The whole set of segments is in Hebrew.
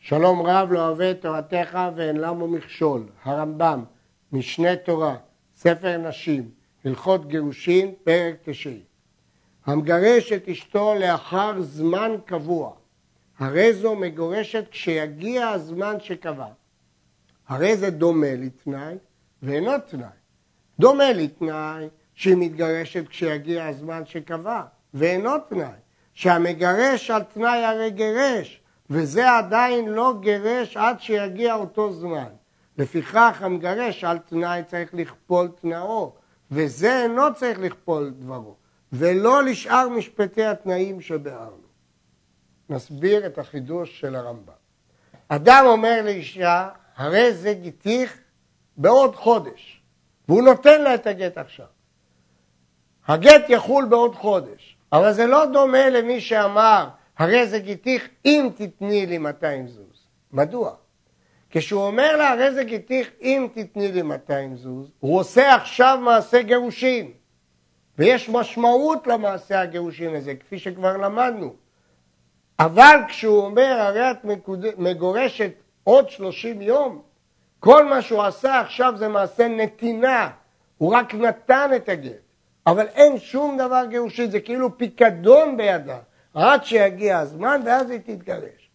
שלום רב לא אוהב את תורתך ואין למו מכשול. הרמב"ם, משנה תורה, ספר נשים, הלכות גירושין, פרק 9. המגרש את אשתו לאחר זמן קבוע, הרי זו מגורשת כשיגיע הזמן שקבע. הרי זה דומה לתנאי ואינו תנאי. דומה לתנאי שהיא מתגרשת כשיגיע הזמן שקבע, ואינו תנאי שהמגרש על תנאי הרי גרש, וזה עדיין לא גרש עד שיגיע אותו זמן. לפיכך המגרש על תנאי צריך לכפול תנאו, וזה אינו צריך לכפול דברו, ולא לשאר משפטי התנאים שבארנו. נסביר את החידוש של הרמב"ם. אדם אומר לאישה, הרי זה גיתיך בעוד חודש, והוא נותן לה את הגט עכשיו. הגט יחול בעוד חודש, אבל זה לא דומה למי שאמר, הרי זה גיתיך אם תתני לי 200 זוז. מדוע? כשהוא אומר לה, הרי זה גיתיך אם תתני לי 200 זוז, הוא עושה עכשיו מעשה גירושין. ויש משמעות למעשה הגירושין הזה, כפי שכבר למדנו. אבל כשהוא אומר, הרי את מגורשת עוד 30 יום, כל מה שהוא עשה עכשיו זה מעשה נתינה. הוא רק נתן את הגט. אבל אין שום דבר גירושין, זה כאילו פיקדון בידה. עד שיגיע הזמן ואז היא תתגרש.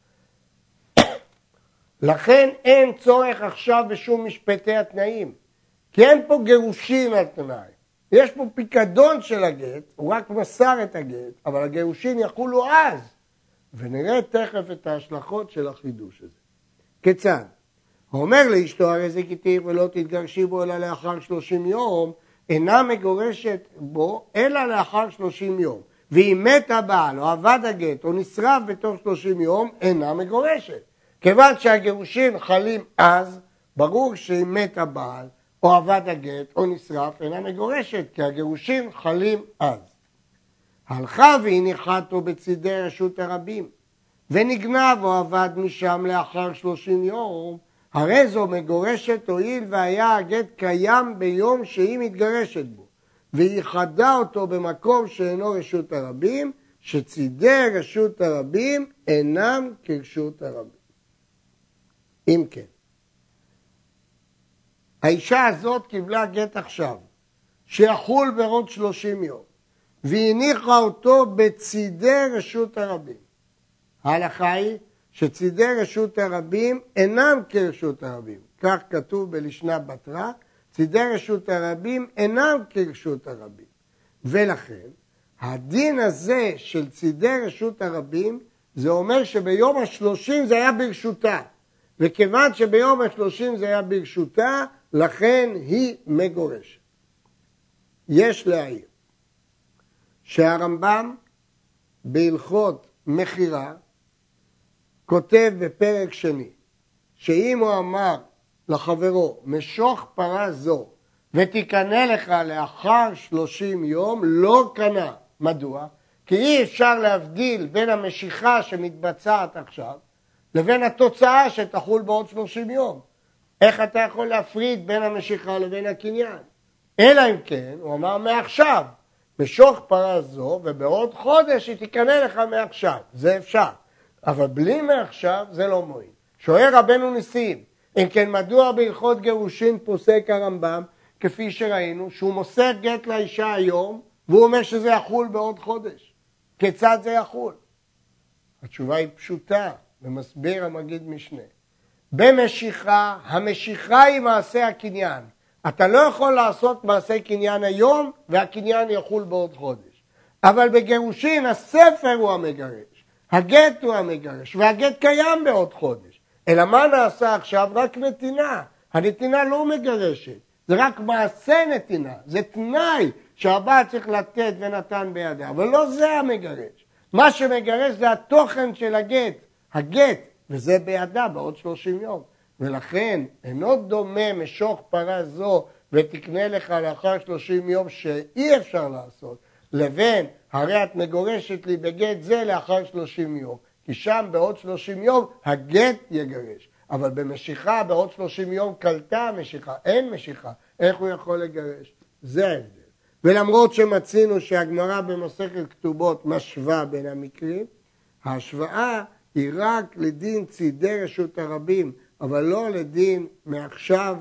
לכן אין צורך עכשיו בשום משפטי התנאים. כי אין פה גירושין על תנאי. יש פה פיקדון של הגט, הוא רק מסר את הגט, אבל הגירושין יחולו אז. ונראה תכף את ההשלכות של החידוש הזה. כיצד? הוא אומר לאשתו, הרי זה גיתיך ולא תתגרשי בו אלא לאחר 30 יום, אינה מגורשת בו אלא לאחר 30 יום. ואם מת הבעל או אבד הגט או נשרף בתוך 30 יום, אינה מגורשת. כיוון שהגירושין חלים אז, ברור שאם מת הבעל או אבד הגט או נשרף, אינה מגורשת, כי הגירושין חלים אז. הלכה והניחה אותו בצידי רשות הרבים, ונגנב או אבד משם לאחר 30 יום, הרי זו מגורשת הואיל והיה הגט קיים ביום שהיא מתגרשת בו. וייחדה אותו במקום שאינו רשות הרבים, שצידי רשות הרבים אינם כרשות הרבים. אם כן, האישה הזאת קיבלה גט עכשיו, שיחול בעוד 30 יום, והניחה אותו בצידי רשות הרבים. ההלכה היא שצידי רשות הרבים אינם כרשות הרבים. כך כתוב בלשנה בתרה, צידי רשות הרבים אינם כרשות הרבים. ולכן, הדין הזה של צידי רשות הרבים, זה אומר שביום ה-30 זה היה ברשותה. וכיוון שביום ה-30 זה היה ברשותה, לכן היא מגורשת. יש להעיר שהרמב"ם בהלכות מחירה כותב בפרק שני, שאם הוא אמר לחברו, משוך פרה זו ותקנה לך לאחר 30 יום, לא קנה. מדוע? כי אי אפשר להבדיל בין המשיכה שמתבצעת עכשיו לבין התוצאה שתחול בעוד 30 יום. איך אתה יכול להפריד בין המשיכה לבין הקניין? אלא אם כן, הוא אמר מעכשיו, משוך פרה זו ובעוד חודש היא תקנה לך מעכשיו. זה אפשר. אבל בלי מעכשיו זה לא מועיל. שואל רבנו ניסים, אם כן, מדוע בהלכות גירושין פוסק הרמב"ם, כפי שראינו, שהוא מוסר גט לאישה היום, והוא אומר שזה יחול בעוד חודש? כיצד זה יחול? התשובה היא פשוטה, ומסביר המגיד משנה. במשיכה, המשיכה היא מעשה הקניין. אתה לא יכול לעשות מעשה קניין היום, והקניין יחול בעוד חודש. אבל בגירושין, הספר הוא המגרש, הגט הוא המגרש, והגט קיים בעוד חודש. אלא מה נעשה עכשיו? רק נתינה. הנתינה לא מגרשת, זה רק מעשה נתינה. זה תנאי שהבעל צריך לתת ונתן בידה, אבל לא זה המגרש. מה שמגרש זה התוכן של הגט, הגט, וזה בידה בעוד 30 יום. ולכן אינו דומה משוך פרה זו ותקנה לך לאחר 30 יום שאי אפשר לעשות, לבין הרי את מגורשת לי בגט זה לאחר 30 יום. כי שם בעוד 30 יום הגט יגרש. אבל במשיכה בעוד 30 יום קלטה המשיכה, אין משיכה. איך הוא יכול לגרש? זה ההבדל. ולמרות שמצינו שהגמרא במסכת כתובות משווה בין המקרים, ההשוואה היא רק לדין צידי רשות הרבים, אבל לא לדין מעכשיו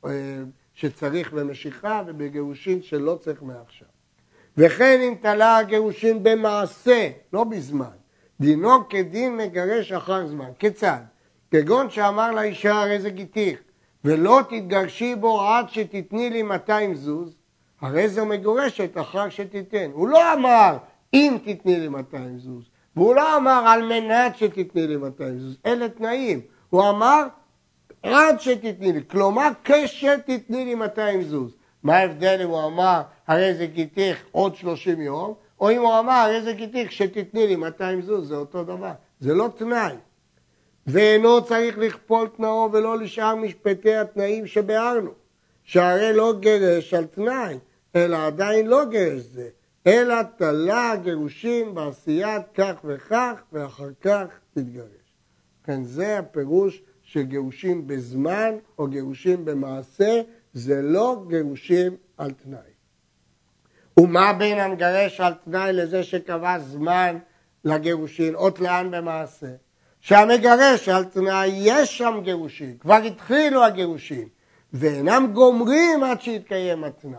שצריך במשיכה ובגירושין שלא צריך מעכשיו. וכן אם תלה הגירושין במעשה, לא בזמן, דינו כדין מגרש אחר זמן. כיצד? כגון שאמר לאישה הרי זה גיתיך, ולא תתגרשי בו עד שתתני לי 200 זוז, הרי זו מגורשת אחר שתיתן. הוא לא אמר אם תתני לי 200 זוז, והוא לא אמר על מנת שתתני לי 200 זוז, אלה תנאים. הוא אמר עד שתתני לי, כלומר כשתתני לי 200 זוז. מה ההבדל אם הוא אמר הרי זה גיתיך עוד 30 יום, או אם הוא אמר הרי זה גיתיך שתתני לי 200 זוז, זה אותו דבר. זה לא תנאי. ואינו צריך לכפול תנאו ולא לשאר משפטי התנאים שבארנו, שהרי לא גרש על תנאי, אלא עדיין לא גרש זה, אלא תלה גירושין בעשיית כך וכך, ואחר כך תתגרש. כן, זה הפירוש של גירושין בזמן או גירושין במעשה, זה לא גירושין על תנאי. ומה בין המגרש על תנאי לזה שקבע זמן לגירושין, או תלאן במעשה? שהמגרש על תנאי יש שם גירושין, כבר התחילו הגירושין, ואינם גומרים עד שיתקיים התנאי.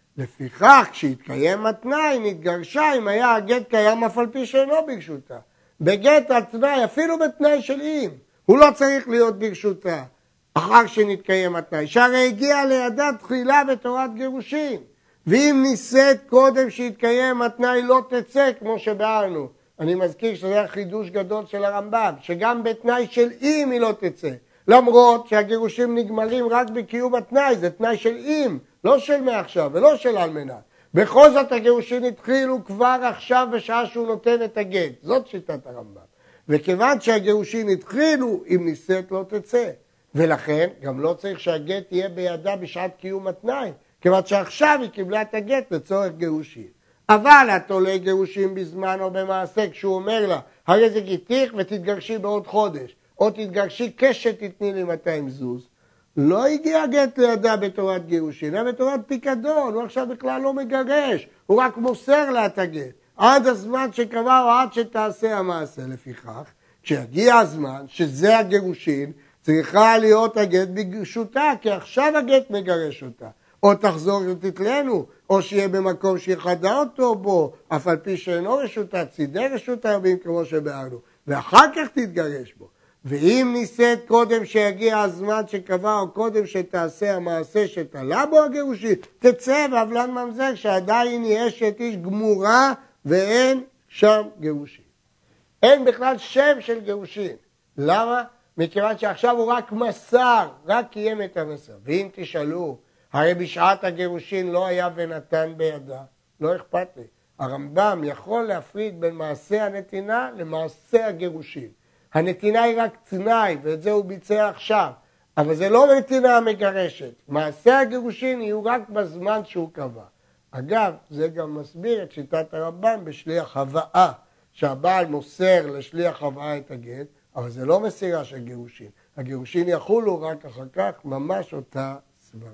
לפיכך, כשהתקיים התנאי, נתגרשה אם היה הגט קיים אף על פי שאינו ברשותה. בגט על תנאי, אפילו בתנאי של אם, הוא לא צריך להיות ברשותה, אחר שנתקיים התנאי, שהרי הגיע לידה תחילה בתורת גירושין, ואם ניסית קודם שיתקיים התנאי לא תצא כמו שבארנו. אני מזכיר שזה החידוש גדול של הרמב"ם, שגם בתנאי של אם היא לא תצא, למרות שהגירושים נגמרים רק בקיום התנאי, זה תנאי של אם, לא של מעכשיו ולא של על מנת. בכל זאת הגירושים התחילו כבר עכשיו בשעה שהוא נותן את הגט, זאת שיטת הרמב"ם. וכיוון שהגירושים התחילו, אם ניסית לא תצא, ולכן גם לא צריך שהגט יהיה בידה בשעת קיום התנאי, כיוון שעכשיו היא קיבלה את הגט לצורך גירושים. אבל התולה גירושים בזמן או במעשה, כשהוא אומר לה, הרי זה גיתיך ותתגרשי בעוד חודש, או תתגרשי כשתתני לי 200 זוז, לא הגיע גט לידה בתורת גירושים, אלא בתורת פיקדון, הוא עכשיו בכלל לא מגרש, הוא רק מוסר לה את הגט, עד הזמן שקבע או עד שתעשה המעשה. לפיכך, כשיגיע הזמן, שזה הגירושים, צריכה להיות הגט ברשותה, כי עכשיו הגט מגרש אותה. או תחזור ותתלנו, או שיהיה במקום שיחדה אותו בו, אף על פי שאינו רשותה, צידי רשותה רבים כמו שבארנו, ואחר כך תתגרש בו. ואם ניסית קודם שיגיע הזמן שקבע, או קודם שתעשה המעשה שתלה בו הגירושין, תצא ועוולן ממזר, שעדיין היא אשת איש גמורה, ואין שם גירושין. אין בכלל שם של גירושין. למה? מכיוון שעכשיו הוא רק מסר, רק קיים את המסר. ואם תשאלו, הרי בשעת הגירושין לא היה ונתן בידה, לא אכפת לי. הרמב"ם יכול להפריד בין מעשה הנתינה למעשה הגירושין. הנתינה היא רק תנאי, ואת זה הוא ביצע עכשיו, אבל זה לא נתינה מגרשת. מעשה הגירושין יהיו רק בזמן שהוא קבע. אגב, זה גם מסביר את שיטת הרמב"ם בשליח הבאה, שהבעל מוסר לשליח הבאה את הגט, אבל זה לא מסירה של גירושין. הגירושין יחולו רק אחר כך, ממש אותה סברה.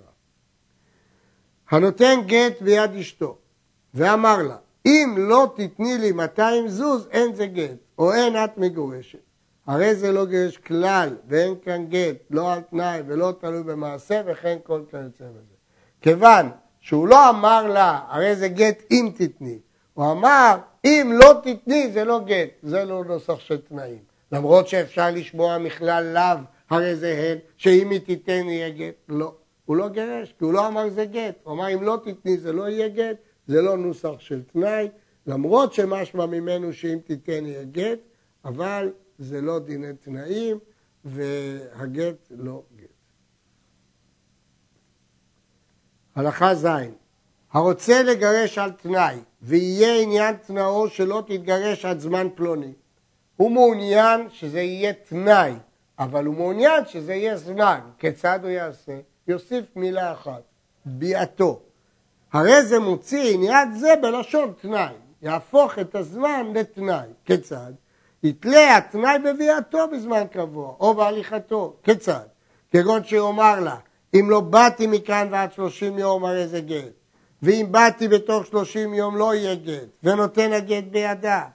הנותן גט ביד אשתו, ואמר לה, אם לא תתני לי 200 זוז, אין זה גט, או אין את מגורשת. הרי זה לא גרש כלל, ואין כאן גט, לא על תנאי ולא תלוי במעשה, וכן כל כיוצא בזה. כיוון שהוא לא אמר לה, הרי זה גט אם תתני, הוא אמר, אם לא תתני זה לא גט, זה לא נוסח של תנאים. למרות שאפשר לשמוע מכלל לאו, הרי זה הן, שאם היא תיתן יהיה גט, לא. הוא לא גרש, כי הוא לא אמר זה גט. הוא אמר, אם לא תתני זה לא יהיה גט, זה לא נוסח של תנאי, למרות שמשמע ממנו שאם תיתן יהיה גט, אבל זה לא דיני תנאים, והגט לא גט. הלכה ז' הרוצה לגרש על תנאי, ויהיה עניין תנאו שלא תתגרש עד זמן פלוני. הוא מעוניין שזה יהיה תנאי, אבל הוא מעוניין שזה יהיה זמן. כיצד הוא יעשה? יוסיף מילה אחת, ביאתו. הרי זה מוציא עניין זה בלשון תנאי, יהפוך את הזמן לתנאי. כיצד? יתלה התנאי בביאתו בזמן קבוע, או בהליכתו. כיצד? כגון שאומר לה, אם לא באתי מכאן ועד 30 יום הרי זה גט, ואם באתי בתוך 30 יום לא יהיה גט, ונותן הגט בידה.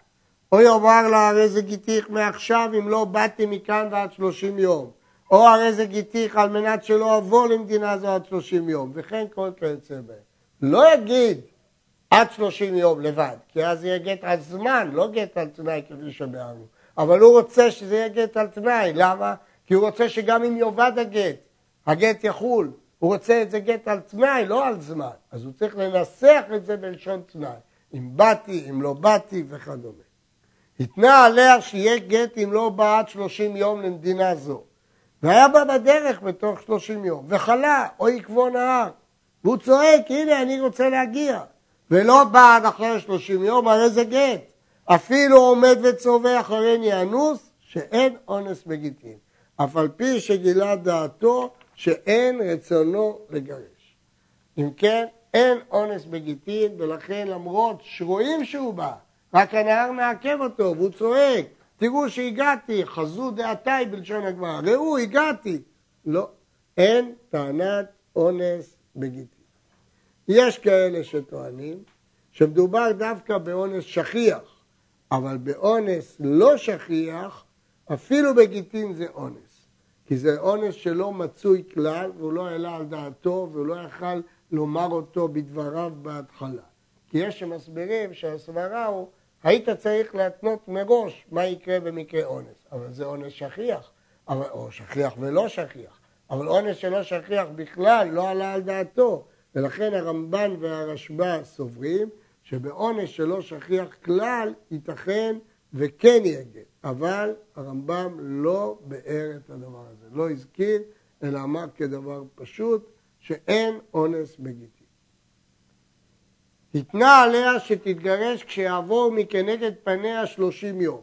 או יאמר לה הרי זה גיתיך מעכשיו אם לא באתי מכאן ועד 30 יום, או הרי זה גיתיך על מנת שלא אבוא למדינה זו עד 30 יום, וכן כל כיוצא בהם. לא יגיד עד 30 יום לבד, כי אז יהיה גט על זמן, לא גט על תנאי כפי שאמרנו. אבל הוא רוצה שזה יהיה גט על תנאי, למה? כי הוא רוצה שגם אם יאבד הגט יחול. הוא רוצה את זה גט על תנאי, לא על זמן. אז הוא צריך לנסח את זה בלשון תנאי. אם באתי, אם לא באתי וכדומה. התנה עליה שיהיה גט אם לא בא עד 30 יום למדינה זו. והיה בא בדרך בתוך 30 יום, וחלה או עקבו נהר. והוא צועק, הנה אני רוצה להגיע. ולא בא עד אחרי 30 יום, הרי זה גט. אפילו עומד וצובע אחרי אנוס, שאין אונס בגיטין. אף על פי שגילה דעתו שאין רצונו לגרש. אם כן, אין אונס בגיטין, ולכן למרות שרואים שהוא בא, רק הנהר מעכב אותו, והוא צועק, תראו שהגעתי, חזו דעתיי בלשון הגמרא, ראו, הגעתי. לא, אין טענת אונס בגיטין. יש כאלה שטוענים שמדובר דווקא באונס שכיח, אבל באונס לא שכיח, אפילו בגיטין זה אונס. כי זה אונס שלא מצוי כלל, והוא לא העלה על דעתו, והוא לא יכל לומר אותו בדבריו בהתחלה. כי יש שמסבירים שהסברה הוא, היית צריך להתנות מראש מה יקרה במקרה אונס. אבל זה אונס שכיח, או שכיח ולא שכיח. אבל אונס שלא שכיח בכלל לא עלה על דעתו. ולכן הרמב"ן והרשב"א סוברים שבאונס שלא שכיח כלל ייתכן וכן יהיה גט. אבל הרמב"ם לא באר את הדבר הזה. לא הזכיר, אלא אמר כדבר פשוט שאין אונס בגיטין. התנה עליה שתתגרש כשיעבור מכנגד פניה 30 יום.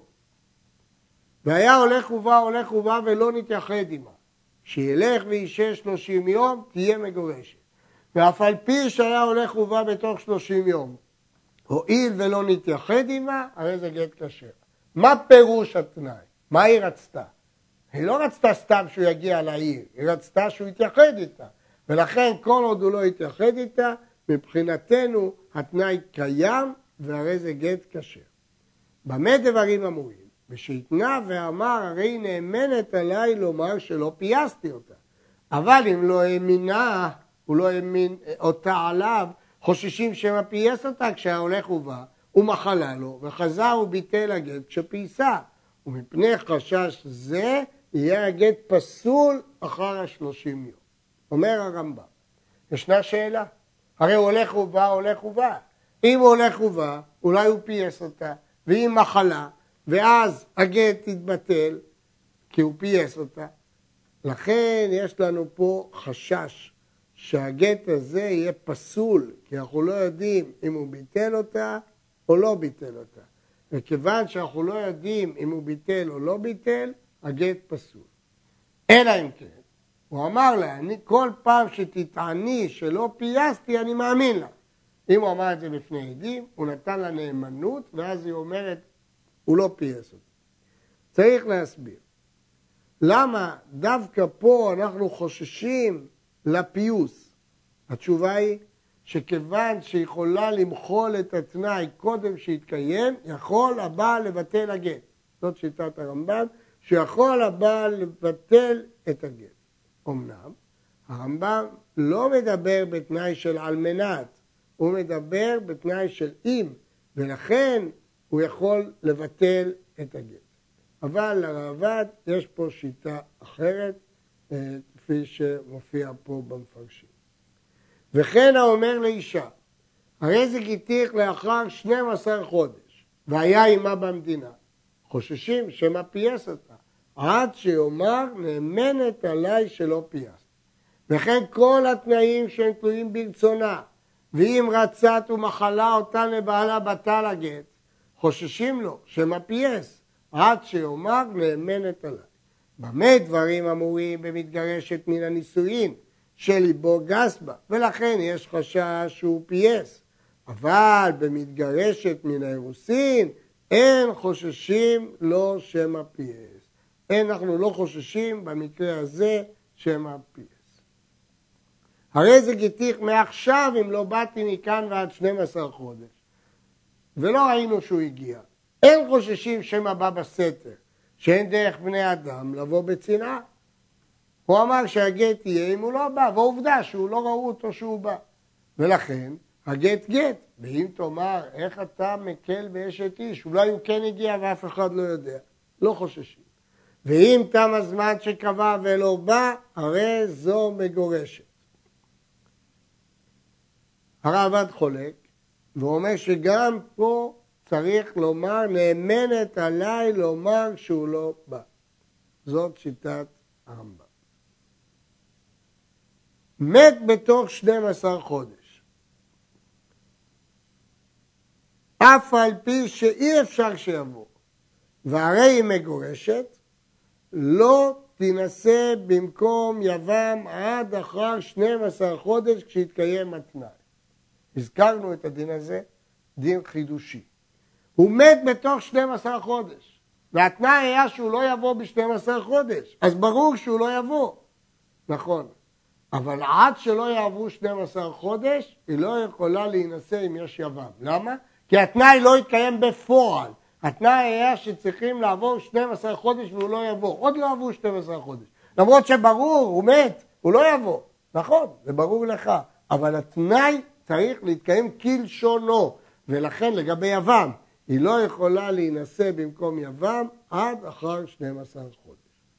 והיה הולך ובא ולא נתייחד עמה. שילך וישב 30 יום תהיה מגורשת. ואף על פי שהיה הולך ובא בתוך 30 יום, הואיל ולא נתייחד עמה, הרי זה גט כשר. מה פירוש התנאי? מה היא רצתה? היא לא רצתה סתם שהוא יגיע לעיר, היא רצתה שהוא יתייחד איתה. ולכן כל עוד הוא לא יתייחד איתה, מבחינתנו התנאי קיים, והרי זה גט כשר. במה דברים אמורים? ושהתנה ואמר, הרי נאמנת עליי לומר שלא פייסתי אותה. אבל אם לא האמינה, הוא לא האמין אותה עליו, חוששים שמא פייס אותה כשהיה הולך ובא, הוא מחלה לו, וחזר וביטל הגט כשפייסה. ומפני חשש זה, יהיה הגט פסול אחר 30 יום. אומר הרמב"ם, ישנה שאלה, הרי הוא הולך ובא. אם הוא הולך ובא, אולי הוא פייס אותה, ואם מחלה, ואז הגט יתבטל, כי הוא פייס אותה. לכן יש לנו פה חשש שהגט הזה יהיה פסול, כי אנחנו לא יודעים אם הוא ביטל אותה או לא ביטל אותה. וכיוון שאנחנו לא יודעים אם הוא ביטל או לא ביטל, הגט פסול. אלא אם כן, הוא אמר לה, כל פעם שתטעני שלא פייסתי, אני מאמין לה. אם הוא אמר את זה בפני עדים, הוא נתן לה נאמנות, ואז היא אומרת, הוא לא פייס אותה. צריך להסביר. למה דווקא פה אנחנו חוששים לפיוס? התשובה היא שכיוון שיכולה למחול את התנאי קודם שיתקיים, יכול הבעל לבטל הגט. זאת שיטת הרמב"ם, שיכול הבעל לבטל את הגט. אמנם, הרמב"ם לא מדבר בתנאי של על מנת, הוא מדבר בתנאי של אם, ולכן הוא יכול לבטל את הגט. אבל לרעב"ד יש פה שיטה אחרת, כפי שמופיע פה במפרשים. וכן האומר לאישה, הרי זה גיתיך לאחר 12 חודש, והיה עמה במדינה. חוששים שמא פייס אותה, עד שיאמר נאמנת עליי שלא פייס. וכן כל התנאים שהם תלויים ברצונה, ואם רצת ומחלה אותן לבעלה בטל הגט, חוששים לו שמא פייס, עד שיאמר נאמנת עליי. במה דברים אמורים במתגרשת מן הנישואין, שליבו גס בה, ולכן יש חשש שהוא פייס. אבל במתגרשת מן האירוסין, אין חוששים לו שמא פייס. אנחנו לא חוששים במקרה הזה שמא פייס. הרי זה גיתיך מעכשיו אם לא באתי מכאן ועד 12 חודש. ולא ראינו שהוא הגיע. אין חוששים שמא בא בסתר, שאין דרך בני אדם לבוא בצנעה. הוא אמר שהגט יהיה אם הוא לא בא, ועובדה שהוא לא ראו אותו שהוא בא. ולכן הגט גט, ואם תאמר איך אתה מקל באשת איש, אולי הוא כן הגיע ואף אחד לא יודע, לא חוששים. ואם תם הזמן שקבע ולא בא, הרי זו מגורשת. הרעב"ד חולק, ואומר שגם פה צריך לומר, נאמנת עליי לומר שהוא לא בא. זאת שיטת הרמב"ם. מת בתוך 12 חודש. אף על פי שאי אפשר שיבוא, והרי היא מגורשת, לא תנסה במקום יבם עד אחר 12 חודש כשהתקיים התנאי. הזכרנו את הדין הזה, דין חידושי. הוא מת בתוך 12 חודש, והתנאי היה שהוא לא יבוא ב-12 חודש, אז ברור שהוא לא יבוא. נכון, אבל עד שלא יעברו 12 חודש, היא לא יכולה להינשא אם יש יבם. למה? כי התנאי לא יתקיים בפועל. התנאי היה שצריכים לעבור 12 חודש והוא לא יבוא. עוד לא עברו 12 חודש. למרות שברור, הוא מת, הוא לא יבוא. נכון, זה ברור לך. אבל התנאי צריך להתקיים כלשונו. ולכן לגבי יבם, היא לא יכולה להינשא במקום יבם עד אחר 12 חודש.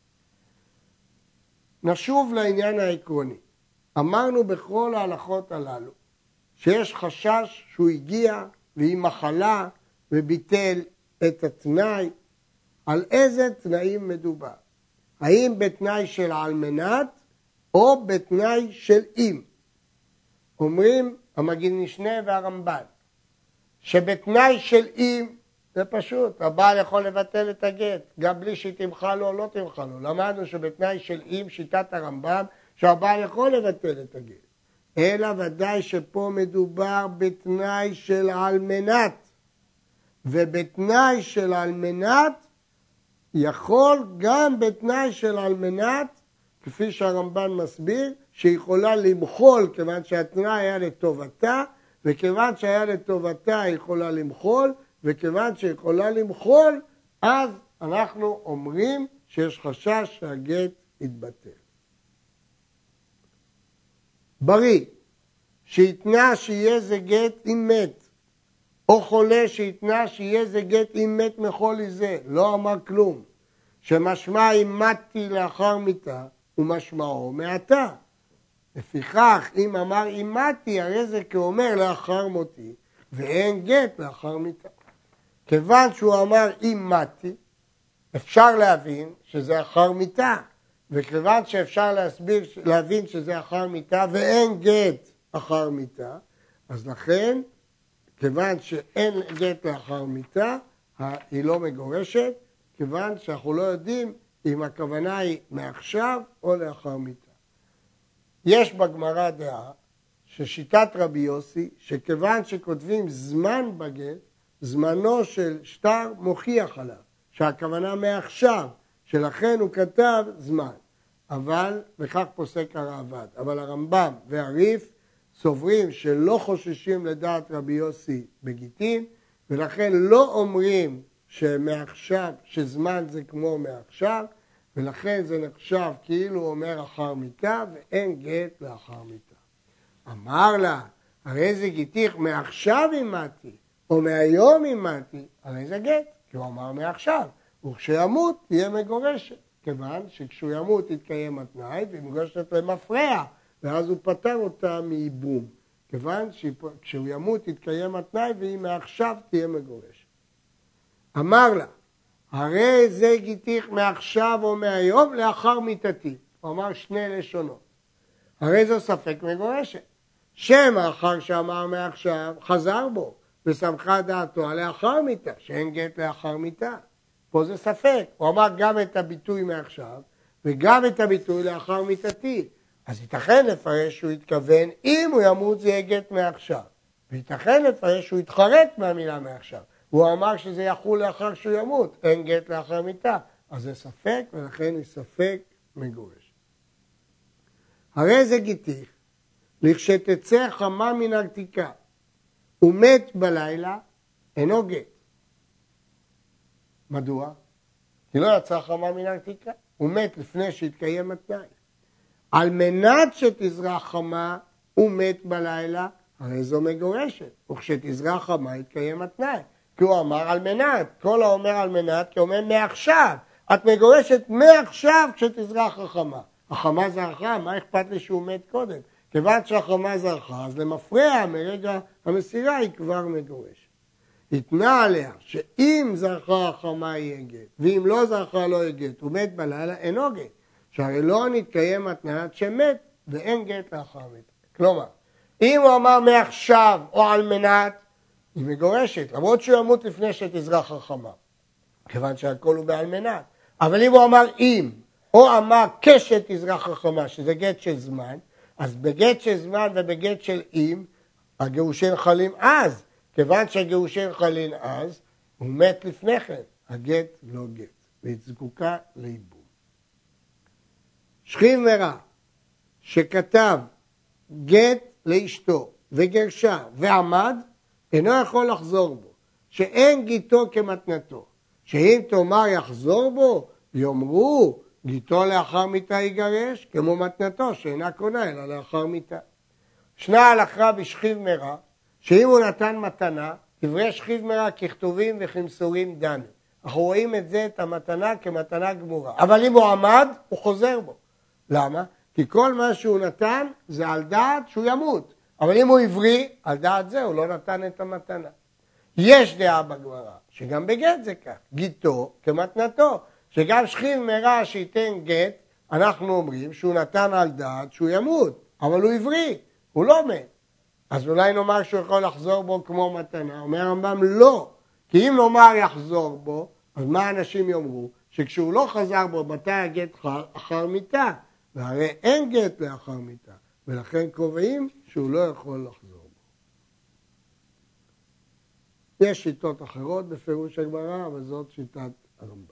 נשוב לעניין העקרוני. אמרנו בכל ההלכות הללו שיש חשש שהוא הגיע והיא מחלה וביטל את התנאי. על איזה תנאים מדובר? האם בתנאי של על מנת או בתנאי של אם? אומרים המגיד משנה והרמב"ן שבתנאי של אם זה פשוט, הבעל יכול לבטל את הגט גם בלי שהיא תמחה לו או לא תמחה לו. למדנו שבתנאי של אם שיטת הרמב"ם שהבעל יכול לבטל את הגט, אלא ודאי שפה מדובר בתנאי של על מנת, ובתנאי של על מנת יכול גם בתנאי של על מנת, כפי שהרמב"ן מסביר, שיכולה למחול כיוון שהתנאי היה לטובתה, וכיוון שהיה לטובתה היא יכולה למחול, וכיוון שיכולה למחול, אז אנחנו אומרים שיש חשש שהגט יתבטל. בריא, שיתנה שיהיה זה גט אם מת, או חולה שיתנה שיהיה זה גט אם מת מחולי זה, לא אמר כלום, שמשמע אם מתי לאחר מיתה, ומשמעו מעתה. לפיכך, אם אמר אם מתי, הרי זה כאומר לאחר מותי, ואין גט לאחר מיתה. כיוון שהוא אמר אם מתי, אפשר להבין שזה אחר מיתה, וכיוון שאפשר להבין שזה אחר מיתה, ואין גט אחר מיתה, אז לכן, כיוון שאין גט לאחר מיתה, היא לא מגורשת, כיוון שאנחנו לא יודעים אם הכוונה היא מעכשיו או לאחר מיתה. יש בגמרא דעה ששיטת רבי יוסי, שכיוון שכותבים זמן בגט, זמנו של שטר מוכיח עליו, שהכוונה מעכשיו, שלכן הוא כתב זמן. אבל, וכך פוסק הרעב"ד, אבל הרמב"ם והריף סוברים שלא חוששים לדעת רבי יוסי בגיטין, ולכן לא אומרים שמעכשיו, שזמן זה כמו מעכשיו, ולכן זה נחשב כאילו אומר אחר מיתה, ואין גט לאחר מיתה. אמר לה, הרי זה גיתיך מעכשיו אימתי, או מהיום אימתי, הרי זה גט, כי הוא אמר מעכשיו, וכשימות תהיה מגורשת, כיוון שכשהוא ימות יתקיים התנאי, והיא מגורשת למפרע, ואז הוא פטר אותה מייבום, כיוון שכשהוא ימות יתקיים התנאי, והיא מעכשיו תהיה מגורשת. אמר לה, הרי זה גיתיך מעכשיו או מהיום לאחר מיתתי. הוא אמר שני לשונות. הרי זו ספק מגורשת. שמא אחר שאמר מעכשיו חזר בו ושמחה דעתו על לאחר מיתה, שאין גט לאחר מיתה. פה זה ספק. הוא אמר גם את הביטוי מעכשיו וגם את הביטוי לאחר מיתתי. אז ייתכן לפרש שהוא התכוון, אם הוא ימות זה יהיה גט מעכשיו. וייתכן לפרש שהוא התחרט מהמילה מעכשיו. הוא אמר שזה יחול לאחר שהוא ימות, אין גט לאחר מיתה. אז זה ספק, ולכן היא ספק מגורש. הרי זה גיתיך, לכשתצא חמה מן הרתיקה, ומת בלילה, אינו גט. מדוע? כי לא יצא חמה מן התקרה, הוא מת לפני שהתקיים התנאי. על מנת שתזרח חמה, הוא מת בלילה, הרי זו מגורשת, וכשתזרח חמה יתקיים התנאי. כי הוא אמר על מנת, כל האומר על מנת, כי הוא אומר מעכשיו. את מגורשת מעכשיו כשתזרח החמה. החמה זרחה, מה אכפת לי שהוא מת קודם? כיוון שהחמה זרחה, אז למפרע מרגע המסירה היא כבר מגורשת. התנה עליה שאם זרחה החמה יהיה גט, ואם לא זרחה לא יהיה גט, הוא מת בלילה, אינו גט. שהרי לא נתקיים התנאת שמת, ואין גט לאחר מת. כלומר, אם הוא אמר מעכשיו או על מנת, היא מגורשת, למרות שהוא ימות לפני שתזרח החמה, כיוון שהכל הוא בעל מנת. אבל אם הוא אמר אם, או אמר כשתזרח החמה, שזה גט של זמן, אז בגט של זמן ובגט של אם, הגירושין חלים אז. כיוון שהגירושין חלים אז, הוא מת לפני כן. הגט לא גט, והיא זקוקה לייבום. שכיב מרע, שכתב גט לאשתו וגרשה ועמד, אינו יכול לחזור בו, שאין גיתו כמתנתו, שאם תאמר יחזור בו, יאמרו גיתו לאחר מיתה יגרש, כמו מתנתו שאינה קונה אלא לאחר מיתה. ישנה הלכה בשכיב מרע, שאם הוא נתן מתנה, דברי שכיב מרע ככתובים וכמסורים דנו. אנחנו רואים את זה, את המתנה, כמתנה גמורה. אבל אם הוא עמד, הוא חוזר בו. למה? כי כל מה שהוא נתן זה על דעת שהוא ימות. אבל אם הוא עברי, על דעת זה הוא לא נתן את המתנה. יש דעה בגמרא, שגם בגט זה כך. גיתו כמתנתו. שגם שכיב מרע שייתן גט, אנחנו אומרים שהוא נתן על דעת שהוא ימות. אבל הוא עברי, הוא לא מת. אז אולי נאמר שהוא יכול לחזור בו כמו מתנה. אומר הרמב"ם לא. כי אם נאמר יחזור בו, אז מה אנשים יאמרו? שכשהוא לא חזר בו, מתי הגט אחר מיתה? והרי אין גט לאחר מיתה. ולכן קובעים שהוא לא יכול לחזור בו. יש שיטות אחרות בפירוש הגמרא, אבל זאת שיטת הרמב"ם.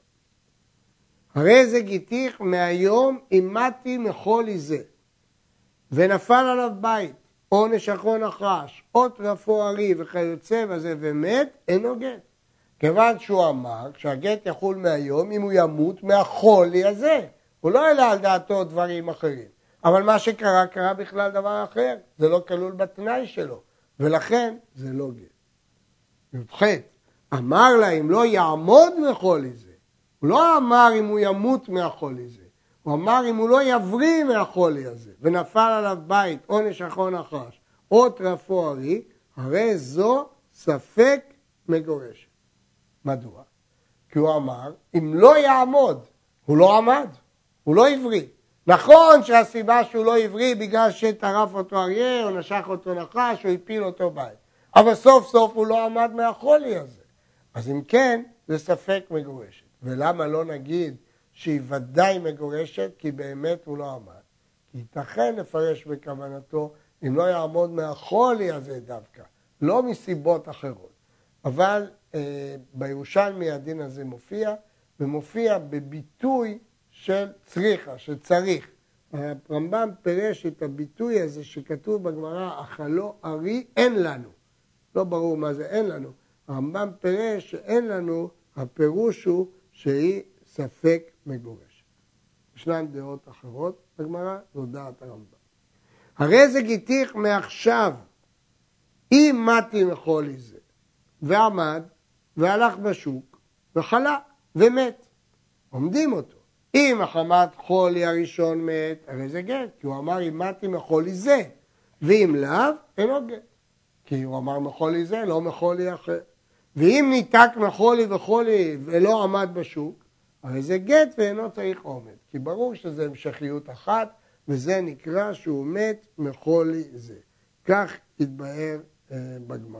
הרי זה גיתיך מהיום אימתי מחולי זה, ונפל עליו בית, או נשכו נחש, או טרפו ארי וכיוצא בזה ומת, אינו גט. כיוון שהוא אמר שהגט יחול מהיום אם הוא ימות מהחולי הזה. הוא לא העלה על דעתו דברים אחרים. אבל מה שקרה, קרה בכלל דבר אחר. זה לא כלול בתנאי שלו. ולכן זה לא גט. י"ח, אמר לה אם לא יעמוד מחולי זה. הוא לא אמר אם הוא ימות מהחולי זה. הוא אמר אם הוא לא יבריא מהחולי הזה. ונפל עליו בית או נשכו נחש או טרפו ארי, הרי זו ספק מגורשת. מדוע? כי הוא אמר אם לא יעמוד, הוא לא עמד. הוא לא עברי. נכון שהסיבה שהוא לא עברי בגלל שטרף אותו אריה או נשך אותו נחש או הפיל אותו בית. אבל סוף סוף הוא לא עמד מהחולי הזה. אז אם כן, זה ספק מגורשת. ולמה לא נגיד שהיא ודאי מגורשת? כי באמת הוא לא עמד. כי ייתכן לפרש בכוונתו אם לא יעמוד מהחולי הזה דווקא. לא מסיבות אחרות. אבל בירושלמי הדין הזה מופיע, ומופיע בביטוי של צריכה, שצריך. הרמב"ם פירש את הביטוי הזה שכתוב בגמרא, אכלו ארי אין לנו. לא ברור מה זה אין לנו. הרמב"ם פירש שאין לנו, הפירוש הוא שהיא ספק מגורשת. ישנן דעות אחרות בגמרא, זו דעת הרמב"ם. הרי זה גיתיך מעכשיו, אם מתי מחולי זה, ועמד, והלך בשוק, וחלה, ומת. עומדים אותו. אם החמת חולי הראשון מת, הרי זה גט, כי הוא אמר אם מתי מחולי זה, ואם לאו, אינו גט. כי הוא אמר מחולי זה, לא מחולי אחר. ואם ניתק מחולי וחולי ולא עמד בשוק, הרי זה גט ואינו צריך עומד. כי ברור שזה המשכיות אחת, וזה נקרא שהוא מת מחולי זה. כך יתבהר בגמרא.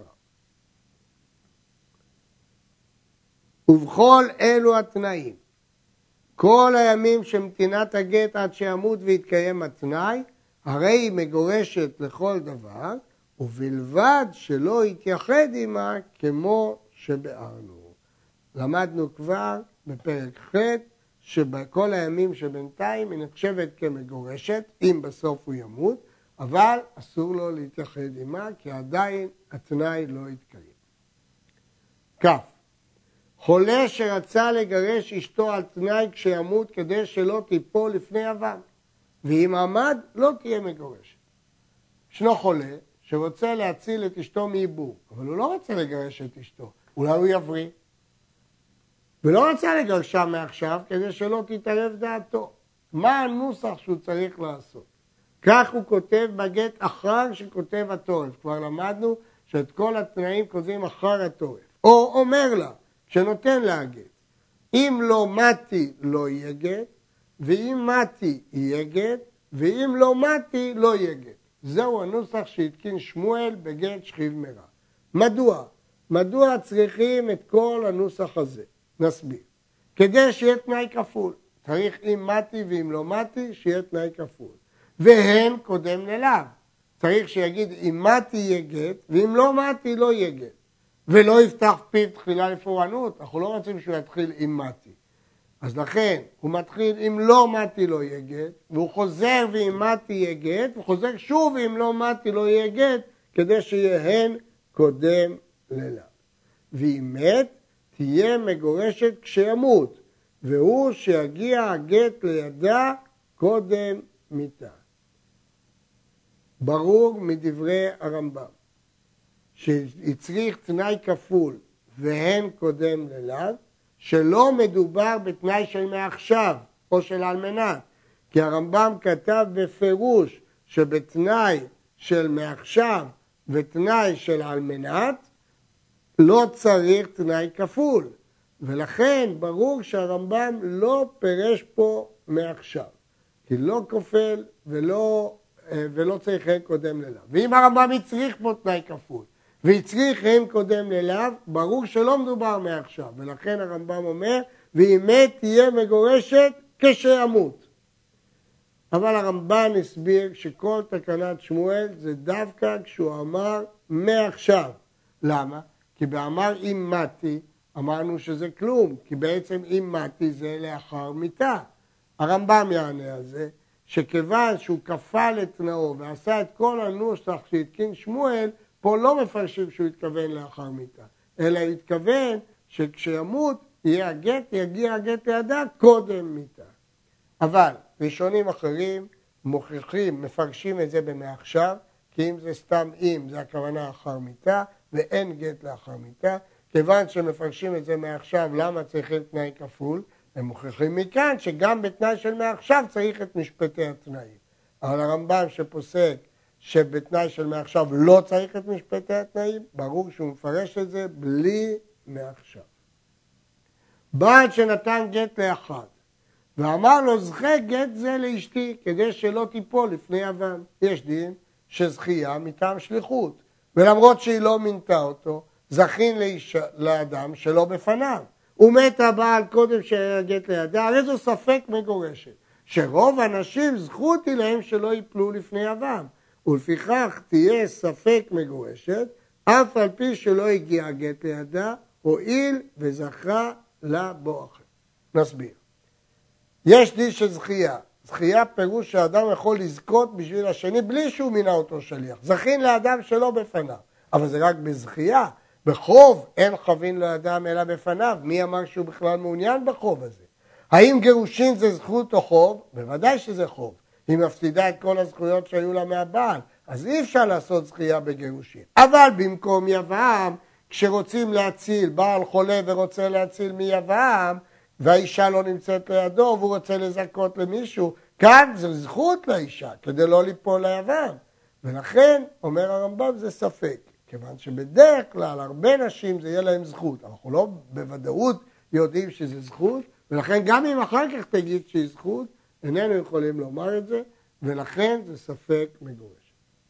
ובכל אלו התנאים, כל הימים שמתינת הגט עד שימות ויתקיים התנאי, הרי היא מגורשת לכל דבר, ובלבד שלא יתייחד עמה כמו שבארנו. למדנו כבר בפרק ח' שבכל הימים שבינתיים היא נחשבת כמגורשת, אם בסוף הוא ימות, אבל אסור לו להתייחד עמה, כי עדיין התנאי לא יתקיים. כ' חולה שרצה לגרש אשתו על תנאי כשימות כדי שלא תיפול לפני אבם, ואם עמד לא תהיה מגורשת. ישנו חולה שרוצה להציל את אשתו מעיבור, אבל הוא לא רוצה לגרש את אשתו, אולי הוא יבריא. ולא רצה לגרשה מעכשיו כדי שלא תתערב דעתו. מה הנוסח שהוא צריך לעשות? כך הוא כותב בגט אחר שכותב התורף. כבר למדנו שאת כל התנאים כותבים אחר התורף. או אומר לה, שנותן לה הגט, אם לא מתי לא יהיה גט, ואם מתי יהיה גט, ואם לא מתי לא יהיה גט. זהו הנוסח שהתקין שמואל בגט שכיב מרע. מדוע? מדוע צריכים את כל הנוסח הזה? נסביר. כדי שיהיה תנאי כפול. צריך אם מתי ואם לא מתי, שיהיה תנאי כפול. והן קודם ללאו. צריך שיגיד אם מתי יהיה גט, ואם לא מתי לא יהיה גט. ולא יפתח פיו תחילה לפורענות, אנחנו לא רוצים שהוא יתחיל עם מתי. אז לכן הוא מתחיל אם לא מתי לא יהיה גט, והוא חוזר ואם מתי יהיה גט, וחוזר שוב ואם לא מתי לא יהיה גט, כדי שיהן קודם ללאו. ואם מת, תהיה מגורשת כשימות, והוא שיגיע הגט לידה קודם מיתה. ברור מדברי הרמב"ם, שהצריך תנאי כפול והן קודם ללאו, שלא מדובר בתנאי של מעכשיו או של על מנת, כי הרמב"ם כתב בפירוש שבתנאי של מעכשיו ותנאי של על מנת, לא צריך תנאי כפול, ולכן ברור שהרמב"ם לא פירש פה מעכשיו, כי לא כופל ולא צריך הן קודם ללאו. ואם הרמב"ם יצריך פה תנאי כפול, והצריך הן קודם ללאו, ברור שלא מדובר מעכשיו, ולכן הרמב"ם אומר, ואם מת תהיה מגורשת כשימות. אבל הרמב"ן הסביר שכל תקנת שמואל זה דווקא כשהוא אמר מעכשיו. למה? כי באמר אם מתי, אמרנו שזה כלום, כי בעצם אם מתי זה לאחר מיתה. הרמב"ם יענה על זה, שכיוון שהוא כפל את תנאו ועשה את כל הנוסח שהתקין שמואל, פה לא מפרשים שהוא התכוון לאחר מיתה, אלא התכוון שכשימות יהיה הגט, יגיע הגט לידה קודם מיתה. אבל ראשונים אחרים מוכיחים, מפרשים את זה במעכשיו, כי אם זה סתם אם, זה הכוונה אחר מיתה, ואין גט לאחר מיתה. כיוון שמפרשים את זה מעכשיו, למה צריכים תנאי כפול? הם מוכיחים מכאן שגם בתנאי של מעכשיו צריך את משפטי התנאים. אבל הרמב"ם שפוסק שבתנאי של מעכשיו לא צריך את משפטי התנאים, ברור שהוא מפרש את זה בלי מעכשיו. בעל שנתן גט לאחד, ואמר לו זכה גט זה לאשתי, כדי שלא תיפול לפני אבם. יש דין שזכייה מטעם שליחות, ולמרות שהיא לא מינתה אותו, זכין לאדם שלא בפניו. ומת הבעל קודם שהיה גט לידה, הרי זו ספק מגורשת, שרוב הנשים זכות היא להם שלא ייפלו לפני אבם, ולפיכך תהיה ספק מגורשת, אף על פי שלא הגיע גט לידה, הועיל וזכרה לה בו אחר. נסביר. יש דין של זכייה. זכייה פירוש שהאדם יכול לזכות בשביל השני בלי שהוא מינה אותו שליח. זכין לאדם שלא בפניו, אבל זה רק בזכייה. בחוב אין חבין לאדם אלא בפניו. מי אמר שהוא בכלל מעוניין בחוב הזה? האם גירושין זה זכות או חוב? בוודאי שזה חוב. היא מפסידה את כל הזכויות שהיו לה מהבעל, אז אי אפשר לעשות זכייה בגירושין. אבל במקום יבם, כשרוצים להציל, בעל חולה ורוצה להציל מיבם, והאישה לא נמצאת לידו והוא רוצה לזכות למישהו, כאן זה זכות לאישה כדי לא ליפול ליבם. ולכן, אומר הרמב"ם, זה ספק. כיוון שבדרך כלל הרבה נשים זה יהיה להם זכות. אנחנו לא בוודאות יודעים שזה זכות, ולכן גם אם אחר כך תגיד שהיא זכות, איננו יכולים לומר את זה, ולכן זה ספק מגורש.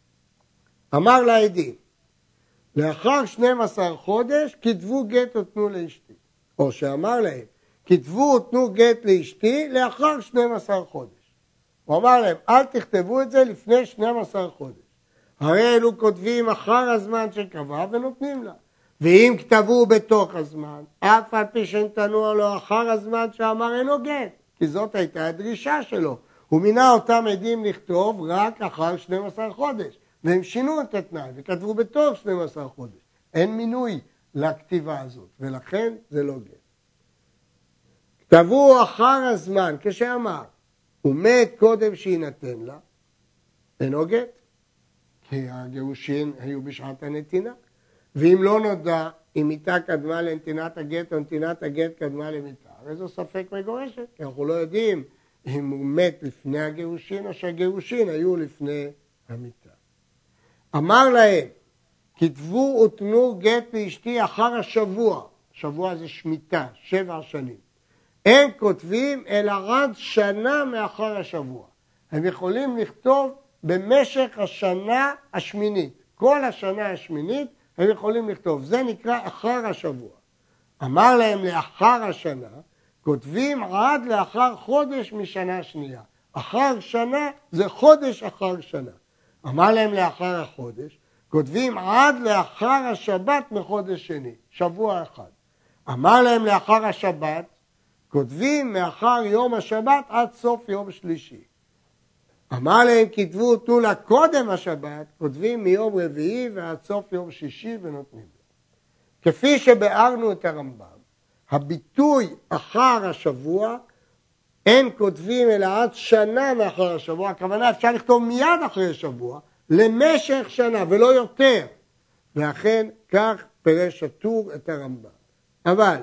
אמר לעדים, לאחר 12 חודש כתבו גט ותנו לאשתי. או שאמר להם, כתבו ותנו גט לאשתי לאחר 12 חודש. הוא אמר להם, אל תכתבו את זה לפני 12 חודש. הרי אלו כותבים אחר הזמן שקבע ונותנים לה. ואם כתבו בתוך הזמן, אף על פי שנתנו לו אחר הזמן שאמר אינו גט, כי זאת הייתה הדרישה שלו. הוא מינה אותם עדים לכתוב רק אחר 12 חודש, והם שינו את התנאי וכתבו בתוך 12 חודש. אין מינוי לכתיבה הזאת, ולכן זה לא גט. תבוא אחר הזמן, כשאמר, הוא מת קודם שיינתן לה, אינו גט, כי הגירושין היו בשעת הנתינה. ואם לא נודע, אם מיתה קדמה לנתינת הגט או נתינת הגט קדמה למיתה, הרי זו ספק מגורשת, כי אנחנו לא יודעים אם הוא מת לפני הגירושין או שהגירושין היו לפני המיתה. אמר להם, כתבו ותנו גט לאשתי אחר השבוע, שבוע זה שמיטה, 7 שנים. הם כותבים אלא עד שנה מאחר השבוע. הם יכולים לכתוב במשך השנה השמינית. כל השנה השמינית הם יכולים לכתוב. זה נקרא אחר השבוע. אמר להם לאחר השנה, כותבים עד לאחר חודש משנה שנייה. אחר שנה זה חודש אחר שנה. אמר להם לאחר החודש, כותבים עד לאחר השבת מחודש שני, שבוע אחד. אמר להם לאחר השבת, כותבים מאחר יום השבת עד סוף יום שלישי. אמר להם כתבו תנו לה קודם השבת, כותבים מיום רביעי ועד סוף יום שישי ונותנים לה. כפי שבארנו את הרמב"ם, הביטוי אחר השבוע, אין כותבים אלא עד שנה מאחר השבוע, הכוונה אפשר לכתוב מיד אחרי השבוע, למשך שנה ולא יותר. ואכן כך פירש הטור את הרמב"ם. אבל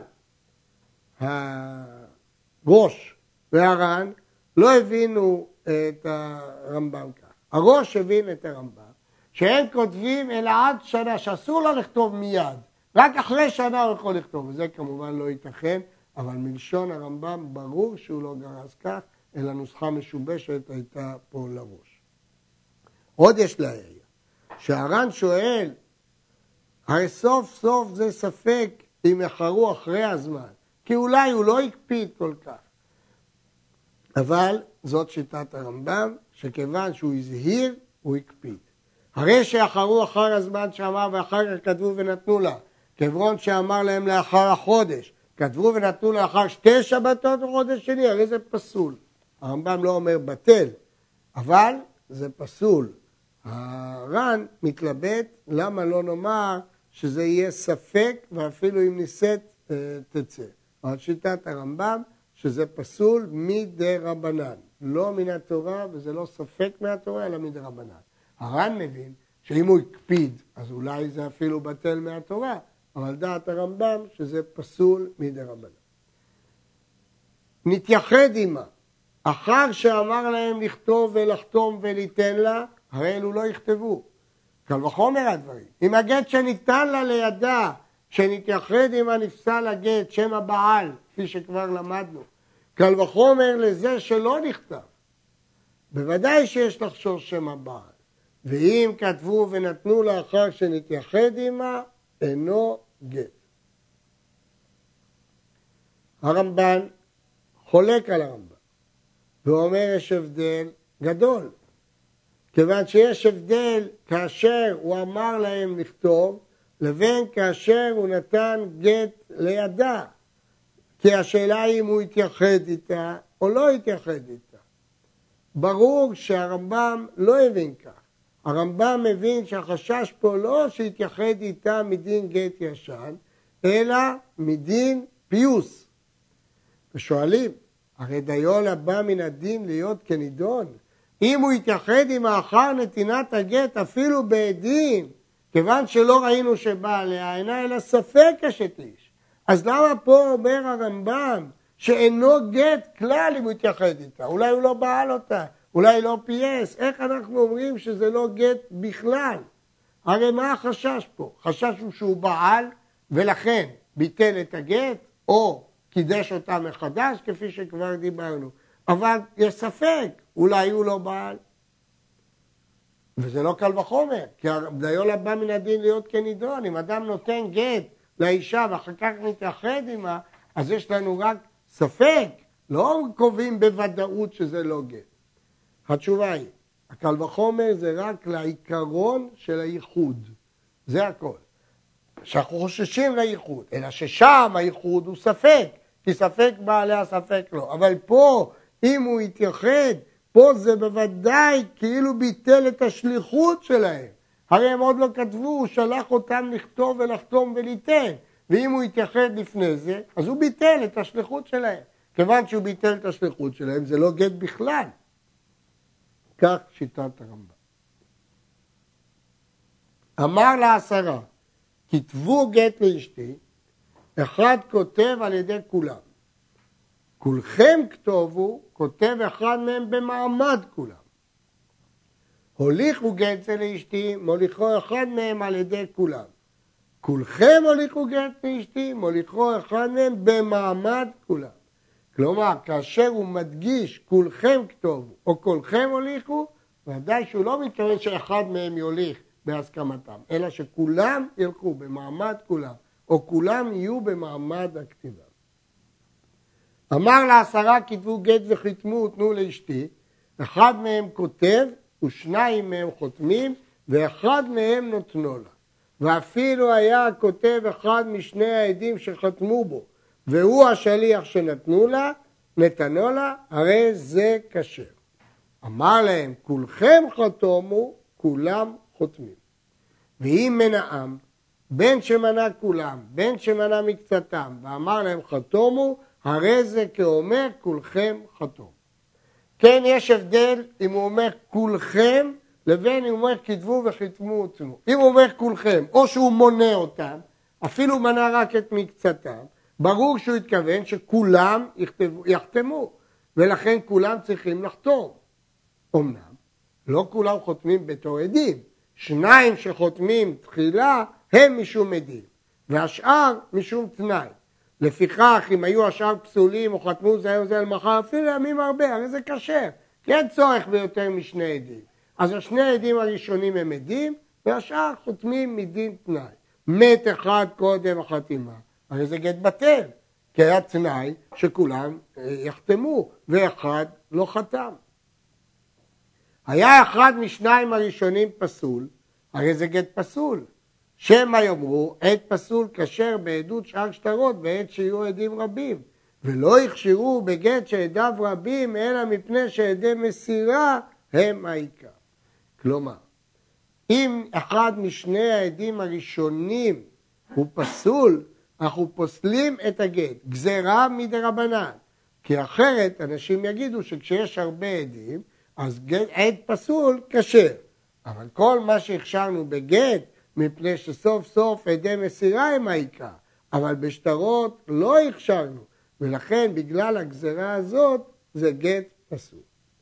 הראש והר"ן לא הבינו את הרמב"ם כך. הראש הבין את הרמב"ם, שהם כותבים אלא עד שנה, שאסור לה לכתוב מיד, רק אחרי שנה הוא יכול לכתוב, וזה כמובן לא ייתכן, אבל מלשון הרמב"ם ברור שהוא לא גרס כך, אלא נוסחה משובשת הייתה פה לראש. עוד יש להעיר, שהר"ן שואל, הרי סוף סוף זה ספק אם יחרו אחרי הזמן, כי אולי הוא לא הקפיד כל כך. אבל זאת שיטת הרמב"ם, שכיוון שהוא הזהיר, הוא הקפיד. הרי שיחרו אחר הזמן שאמר ואחר כך כתבו ונתנו לה, כברון שאמר להם לאחר החודש, כתבו ונתנו לאחר 2 שבתות בחודש שני, הרי זה פסול. הרמב"ם לא אומר בטל, אבל זה פסול. הר"ן מתלבט למה לא נאמר שזה יהיה ספק ואפילו אם ניסית תצא. אבל שיטת הרמב"ם שזה פסול מדרבנן, לא מן התורה וזה לא ספק מהתורה אלא מדרבנן. הר"ן מבין שאם הוא הקפיד אז אולי זה אפילו בטל מהתורה, אבל דעת הרמב"ם שזה פסול מדרבנן. נתייחד עמה, אחר שאמר להם לכתוב ולחתום וליתן לה, הרי אלו לא יכתבו. קל וחומר הדברים. אם הגט שניתן לה לידה, שנתייחד עמה נפסל הגט, שם הבעל, כפי שכבר למדנו. קל וחומר לזה שלא נכתב. בוודאי שיש לחשוש שם הבעל. ואם כתבו ונתנו לאחר שנתייחד עמה, אינו גט. הרמב"ן חולק על הרמב"ן, ואומר יש הבדל גדול. כיוון שיש הבדל כאשר הוא אמר להם לכתוב, לבין כאשר הוא נתן גט לידה. כי השאלה היא אם הוא התייחד איתה או לא התייחד איתה. ברור שהרמב"ם לא הבין כך. הרמב"ם מבין שהחשש פה לא שהתייחד איתה מדין גט ישן, אלא מדין פיוס. ושואלים, הרי דיין הבא מן הדין להיות כנידון? אם הוא יתייחד עם האחר נתינת הגט אפילו בעדין, כיוון שלא ראינו שבא עליה, אינה אלא ספק אשת איש. אז למה פה אומר הרמב"ם שאינו גט כלל אם הוא יתייחד איתה? אולי הוא לא בעל אותה, אולי לא פייס. איך אנחנו אומרים שזה לא גט בכלל? הרי מה החשש פה? חשש הוא שהוא בעל ולכן ביטל את הגט או קידש אותה מחדש כפי שכבר דיברנו. אבל יש ספק, אולי הוא לא בעל. וזה לא קל וחומר, כי הדיין הבא מן הדין להיות כנידון. אם אדם נותן גט לאישה ואחר כך מתייחד עמה, אז יש לנו רק ספק, לא קובעים בוודאות שזה לא גט. התשובה היא, הקל וחומר זה רק לעיקרון של הייחוד. זה הכל. שאנחנו חוששים לייחוד, אלא ששם הייחוד הוא ספק, כי ספק בעליה ספק לא. אבל פה, אם הוא יתייחד, פה זה בוודאי כאילו ביטל את השליחות שלהם. הרי הם עוד לא כתבו, הוא שלח אותם לכתוב ולחתום וליתן. ואם הוא יתייחד לפני זה, אז הוא ביטל את השליחות שלהם. כיוון שהוא ביטל את השליחות שלהם, זה לא גט בכלל. כך שיטת הרמב"ם. אמר ל10, כתבו גט לאשתי, אחד כותב על ידי כולם. כולכם כתובו, כותב אחד מהם במעמד כולם. הוליכו גט זה לאשתי, מוליכו אחד מהם על ידי כולם. כולכם הוליכו גט לאשתי, מוליכו אחד מהם במעמד כולם. כלומר, כאשר הוא מדגיש כולכם כתובו, או כולכם הוליכו, ודאי שהוא לא מתכוון שאחד מהם יוליך בהסכמתם, אלא שכולם ילכו במעמד כולם, או כולם יהיו במעמד הכתיבה. אמר ל10 כתבו גט וחתמו ותנו לאשתי, אחד מהם כותב ושניים מהם חותמים, ואחד מהם נותנו לה. ואפילו היה כותב אחד משני העדים שחתמו בו, והוא השליח שנתנו לה, נתנו לה, הרי זה כשר. אמר להם, כולכם חתומו, כולם חותמים. ואם מנעם, בין שמנה כולם, בין שמנה מקצתם, ואמר להם חתומו, הרי זה כאומר כולכם חתום. כן, יש הבדל אם הוא אומר כולכם, לבין אם הוא אומר כתבו וחתמו ותנו. אם הוא אומר כולכם, או שהוא מונה אותם, אפילו מנה רק את מקצתם, ברור שהוא התכוון שכולם יחתמו, ולכן כולם צריכים לחתום. אמנם, לא כולם חותמים בתור עדים, שניים שחותמים תחילה הם משום עדים, והשאר משום תנאי. לפיכך, אם היו השאר פסולים או חתמו זה או זה על מחר, אפילו ימים הרבה, הרי זה כשר, כי אין צורך ביותר משני עדים. אז השני העדים הראשונים הם עדים, והשאר חותמים מדין תנאי. מת אחד קודם החתימה, הרי זה גט בטל, כי היה תנאי שכולם יחתמו, ואחד לא חתם. היה אחד משניים הראשונים פסול, הרי זה גט פסול. שמא יאמרו, עד פסול כשר בעדות שאר שטרות, בעת שיהיו עדים רבים. ולא יכשירו בגט שעדיו רבים, אלא מפני שעדי מסירה הם העיקר. כלומר, אם אחד משני העדים הראשונים הוא פסול, אנחנו פוסלים את הגט, גזירה מדרבנן. כי אחרת אנשים יגידו שכשיש הרבה עדים, אז עד פסול כשר. אבל כל מה שהכשרנו בגט, מפני שסוף סוף עדי מסירה הם העיקר, אבל בשטרות לא הכשרנו, ולכן בגלל הגזרה הזאת זה גט פסול.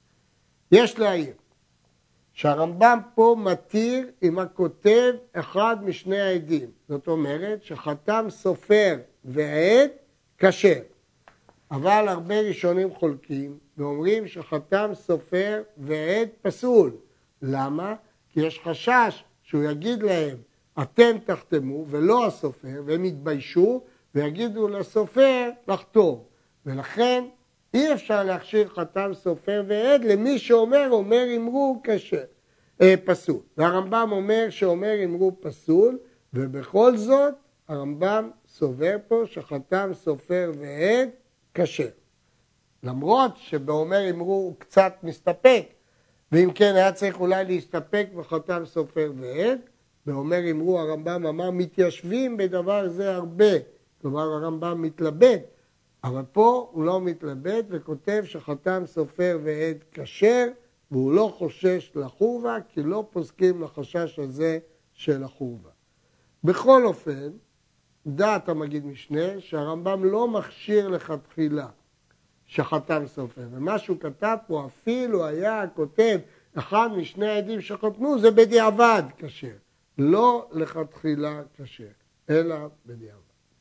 יש להעיר שהרמב"ם פה מתיר עם הכותב אחד משני העדים, זאת אומרת שחתם סופר ועד כשר, אבל הרבה ראשונים חולקים ואומרים שחתם סופר ועד פסול. למה? כי יש חשש שהוא יגיד להם, אתם תחתמו ולא הסופר, והם יתביישו ויגידו לסופר לחתום. ולכן אי אפשר להכשיר חתם סופר ועד למי שאומר אמרו כשר, פסול. והרמב"ם אומר שאומר אמרו פסול, ובכל זאת הרמב"ם סובר פה שחתם סופר ועד כשר. למרות שבאומר אמרו הוא קצת מסתפק, ואם כן היה צריך אולי להסתפק בחתם סופר ועד, ואומר אמרו הרמב"ם אמר מתיישבים בדבר זה הרבה, כלומר הרמב"ם מתלבט, אבל פה הוא לא מתלבט וכותב שחתם סופר ועד כשר, והוא לא חושש לחורבה, כי לא פוסקים לחשש הזה של החורבה. בכל אופן, דעת המגיד משנה שהרמב"ם לא מכשיר לכתחילה שחתם סופר, ומה שהוא כתב פה אפילו היה כותב אחד משני העדים שחתמו, זה בדיעבד כשר. לא לכתחילה כשר, אלא בדיעבד.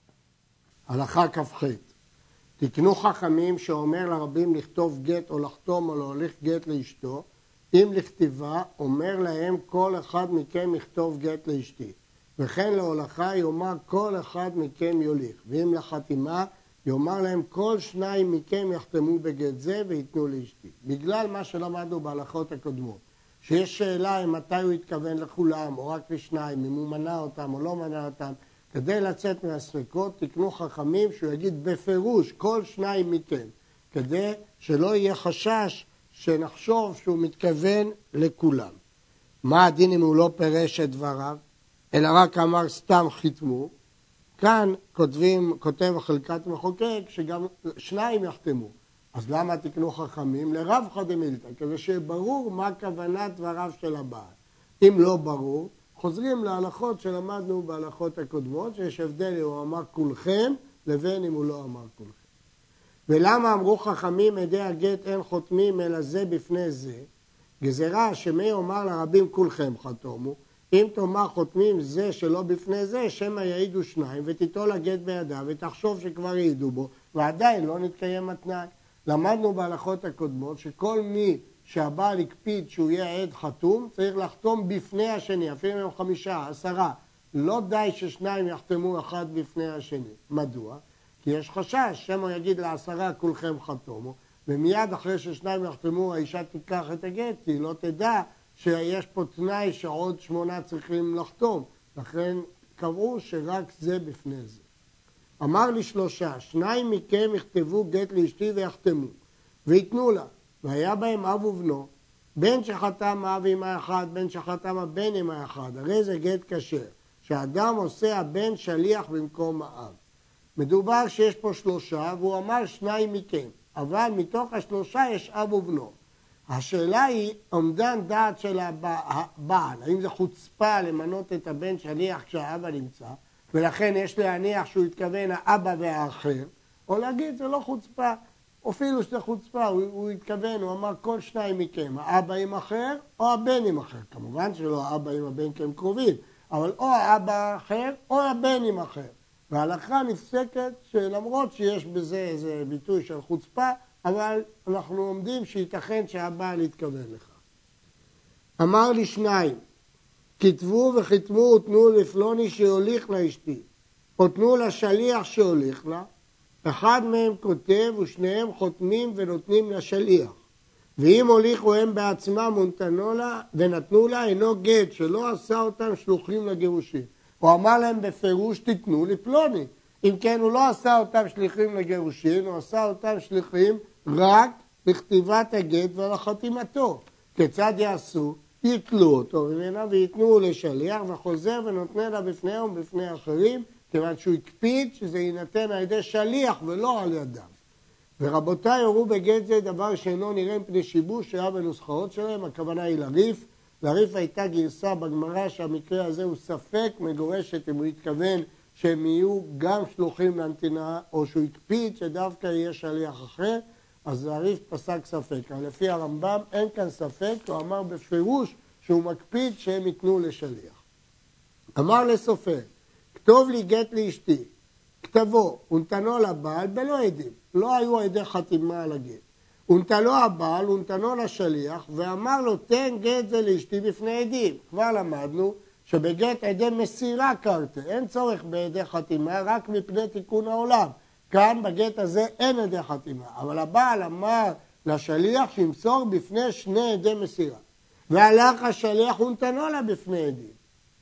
הלכה כ"ח. תקנו חכמים שאומר לרבים לכתוב גט או לחתום או להוליך גט לאשתו, אם לכתיבה אומר להם כל אחד מכם יכתוב גט לאשתי, וכן להולכה יאמר כל אחד מכם יוליך, ואם לחתימה יאמר להם כל שניים מכם יחתמו בגט זה ויתנו לאשתי. בגלל מה שלמדנו בהלכות הקודמות, שיש שאלה אם מתי הוא התכוון לכולם או רק לשניים, אם הוא מנה אותם או לא מנה אותם, כדי לצאת מהספקות תקנו חכמים שהוא יגיד בפירוש כל שניים מכם, כדי שלא יהיה חשש שנחשוב שהוא מתכוון לכולם. מה הדין אם הוא לא פירש את דבריו, אלא רק אמר סתם חתמו? כאן כותב חלקת מחוקק שגם שניים יחתמו. אז למה תקנו חכמים? לרבחא דמילתא, כדי שברור מה כוונת דבריו של הבעל. אם לא ברור, חוזרים להלכות שלמדנו בהלכות הקודמות, שיש הבדל אם הוא אמר כולכם, לבין אם הוא לא אמר כולכם. ולמה אמרו חכמים עדי הגט אין חותמים אלא זה בפני זה? גזירה שמי אומר לרבים כולכם חתומו, אם תאמר חותמים זה שלא בפני זה, שמא יעידו שניים ותיטול הגט בידה ותחשוב שכבר יעידו בו, ועדיין לא נתקיים התנאי. למדנו בהלכות הקודמות שכל מי שהבעל הקפיד שהוא יהיה עד חתום, צריך לחתום בפני השני, אפילו אם 5, 10. לא די ששניים יחתמו אחד בפני השני. מדוע? כי יש חשש, שמא יגיד ל10 כולכם חתומו, ומיד אחרי ששניים יחתמו האישה תיקח את הגט, כי היא לא תדע שיש פה תנאי שעוד 8 צריכים לחתום. לכן קבעו שרק זה בפני זה. אמר לי 3, 2 מכם יכתבו גט לאשתי ויחתמו, ויתנו לה. והיה בהם אב ובנו, בן שחתם האב עם האחד, בן שחתם הבן עם האחד. הרי זה גט כשר, שאדם עושה הבן שליח במקום האב. מדובר שיש פה 3, והוא אמר 2 מכם, אבל מתוך 3 יש אב ובנו. השאלה היא, עומדן דעת של הבעל, האם זה חוצפה למנות את הבן שליח כשהאבא נמצא, ולכן יש להניח שהוא התכוון האבא והאחר, או להגיד זה לא חוצפה, אפילו שזה חוצפה, הוא התכוון, הוא אמר כל 2 מכם, האבא עם אחר או הבן עם אחר. כמובן שלא האבא עם הבן כי הם קרובים, אבל או האבא אחר או הבן עם אחר. וההלכה נפסקת שלמרות שיש בזה איזה ביטוי של חוצפה, אבל אנחנו עומדים שייתכן שהבעל יתכוון לך. אמר לי 2, כתבו וחיתמו ותנו לפלוני שהוליך לאשתי, או תנו לשליח שהוליך לה, אחד מהם כותב ושניהם חותמים ונותנים לשליח. ואם הוליכו הם בעצמם ונתנו לה, אינו גט שלא עשה אותם שלוחים לגירושים. הוא אמר להם בפירוש תיתנו לפלוני. אם כן הוא לא עשה אותם שליחים לגירושים, הוא עשה אותם שליחים רק לכתיבת הגט ולחתימתו. כיצד יעשו? יתלו אותו ממנה ויתנו לשליח וחוזר ונותנה לה בפניהם ובפני אחרים, כיוון שהוא הקפיד שזה יינתן על ידי שליח ולא על ידיו. ורבותיי הורו בגט זה דבר שאינו נראה מפני שיבוש שהיה בנוסחאות שלהם, הכוונה היא לריף. לריף הייתה גרסה בגמרא שהמקרה הזה הוא ספק מגורשת אם הוא התכוון שהם יהיו גם שלוחים לנתינה או שהוא הקפיד שדווקא יהיה שליח אחר, אז הריף פסק ספק. אבל לפי הרמב"ם אין כאן ספק, הוא אמר בפירוש שהוא מקפיד שהם ייתנו לשליח. אמר לסופר, כתוב לי גט לאשתי, כתבו, ונתנו לבעל בלא עדים, לא היו עדי חתימה על הגט. ונתנו הבעל, ונתנו לשליח, ואמר לו, תן גט זה לאשתי בפני עדים. כבר למדנו שבגט עדי מסירה קרתה, אין צורך בעדי חתימה, רק מפני תיקון העולם. כאן בגט הזה אין עדי חתימה, אבל הבעל אמר לשליח שימסור בפני 2 עדי מסירה. והלך השליח ונתנו לה בפני עדים.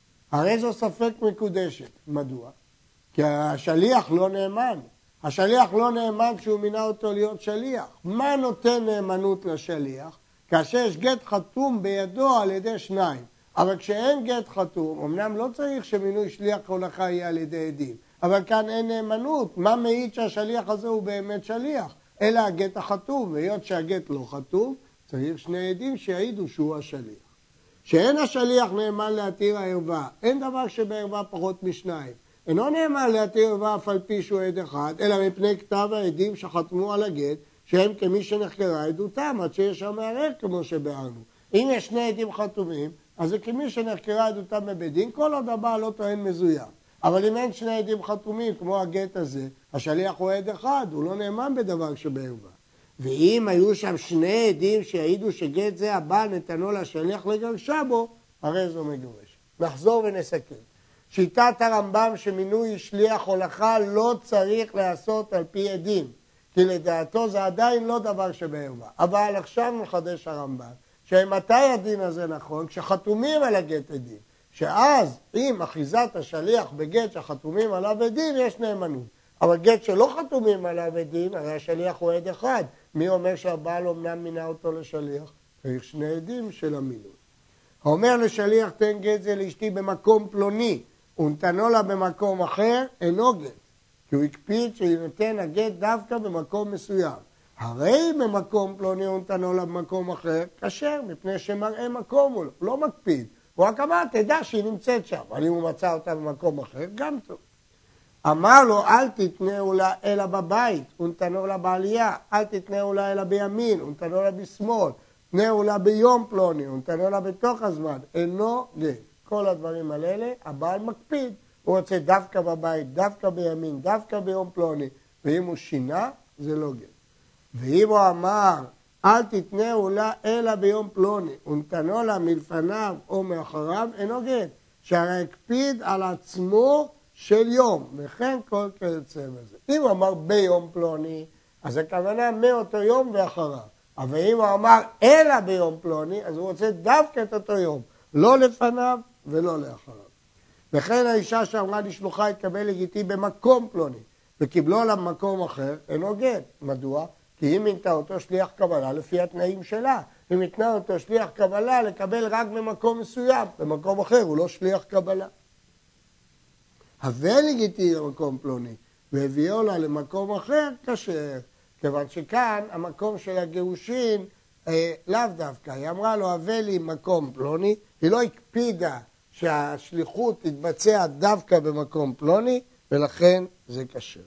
הרי זו ספק מקודשת. מדוע? כי השליח לא נאמן. השליח לא נאמן כשהוא מינה אותו להיות שליח. מה נותן נאמנות לשליח? כאשר יש גט חתום בידו על ידי 2. אבל כשאין גט חתום, אמנם לא צריך שמינוי שליח הולכה יהיה על ידי עדים. אבל כאן אין נאמנות. מה מעיד שהשליח הזה הוא באמת שליח? אלא הגט החתום. והיות שהגט לא חתום, צריך 2 עדים שיעידו שהוא השליח. שאין השליח נאמן להתיר הערווה. אין דבר שבערווה פחות מ2. אינו נאמן להתיר ערווה אף על פי שהוא עד אחד, אלא מפני כתב העדים שחתמו על הגט, שהם כמי שנחקרה עדותם, עד שיש שם מערער כמו שבארנו. אם יש 2 עדים חתומים, אז זה כמי שנחקרה עדותם בבית דין, כל עוד הבעל לא טוען מזויף. אבל אם אין 2 עדים חתומים, כמו הגט הזה, השליח הוא עד אחד, הוא לא נאמן בדבר שבערווה. ואם היו שם 2 עדים שיעידו שגט זה הבעל נתנו לשליח לגרשה בו, הרי זו מגורש. נחזור ונסכם. שיטת הרמב"ם שמינוי שליח הולכה לא צריך לעשות על פי עדים, כי לדעתו זה עדיין לא דבר שבערווה. אבל עכשיו מחדש הרמב"ם, שמתי הדין הזה נכון? כשחתומים על הגט עדים. שאז אם אחיזת השליח בגט שחתומים עליו עדים יש נאמנות. אבל גט שלא חתומים עליו עדים, הרי השליח הוא עד אחד. מי אומר שהבעל אומנם מינה אותו לשליח? צריך 2 עדים של המינוי. האומר לשליח תן גט זה לאשתי במקום פלוני, ונתנו לה במקום אחר, אינו גט. כי הוא הקפיד שיינתן הגט דווקא במקום מסוים. הרי במקום פלוני ונתנו לה במקום אחר, כשר, מפני שמראה מקום הוא לא מקפיד. הוא רק אמר, תדע שהיא נמצאת שם, אבל אם הוא מצא אותה במקום אחר, גם טוב. אמר לו, אל תתנאו לה אלא בבית, ונתנו לה בעלייה, אל תתנאו לה אלא בימין, ונתנו לה בשמאל, תנאו לה ביום פלוני, ונתנו לה בתוך הזמן, אינו גט. כל הדברים האלה, הבעל מקפיד. הוא רוצה דווקא בבית, דווקא בימין, דווקא ביום פלוני, ואם הוא שינה, זה לא גט. ואם הוא אמר, אל תתנאו לה אלא ביום פלוני, ונתנו לה מלפניו או מאחריו, אינו גט. שהרי הקפיד על עצמו של יום, וכן כל כיוצא בזה. אם הוא אמר ביום פלוני, אז הכוונה מאותו יום ואחריו. אבל אם הוא אמר אלא ביום פלוני, אז הוא רוצה דווקא את אותו יום, לא לפניו ולא לאחריו. וכן האישה שאמרה לשלוחה התקבל לגיטי במקום פלוני, וקיבלו עליו מקום אחר, אינו גט. מדוע? כי היא מינתה אותו שליח קבלה לפי התנאים שלה. היא מתנה אותו שליח קבלה לקבל רק במקום מסוים, במקום אחר הוא לא שליח קבלה. הווה לגיטי למקום פלוני, והביאו לה למקום אחר כשר. כיוון שכאן המקום של הגירושין לאו דווקא. היא אמרה לו, הווה לי מקום פלוני, היא לא הקפידה שהשליחות תתבצע דווקא במקום פלוני, ולכן זה כשר.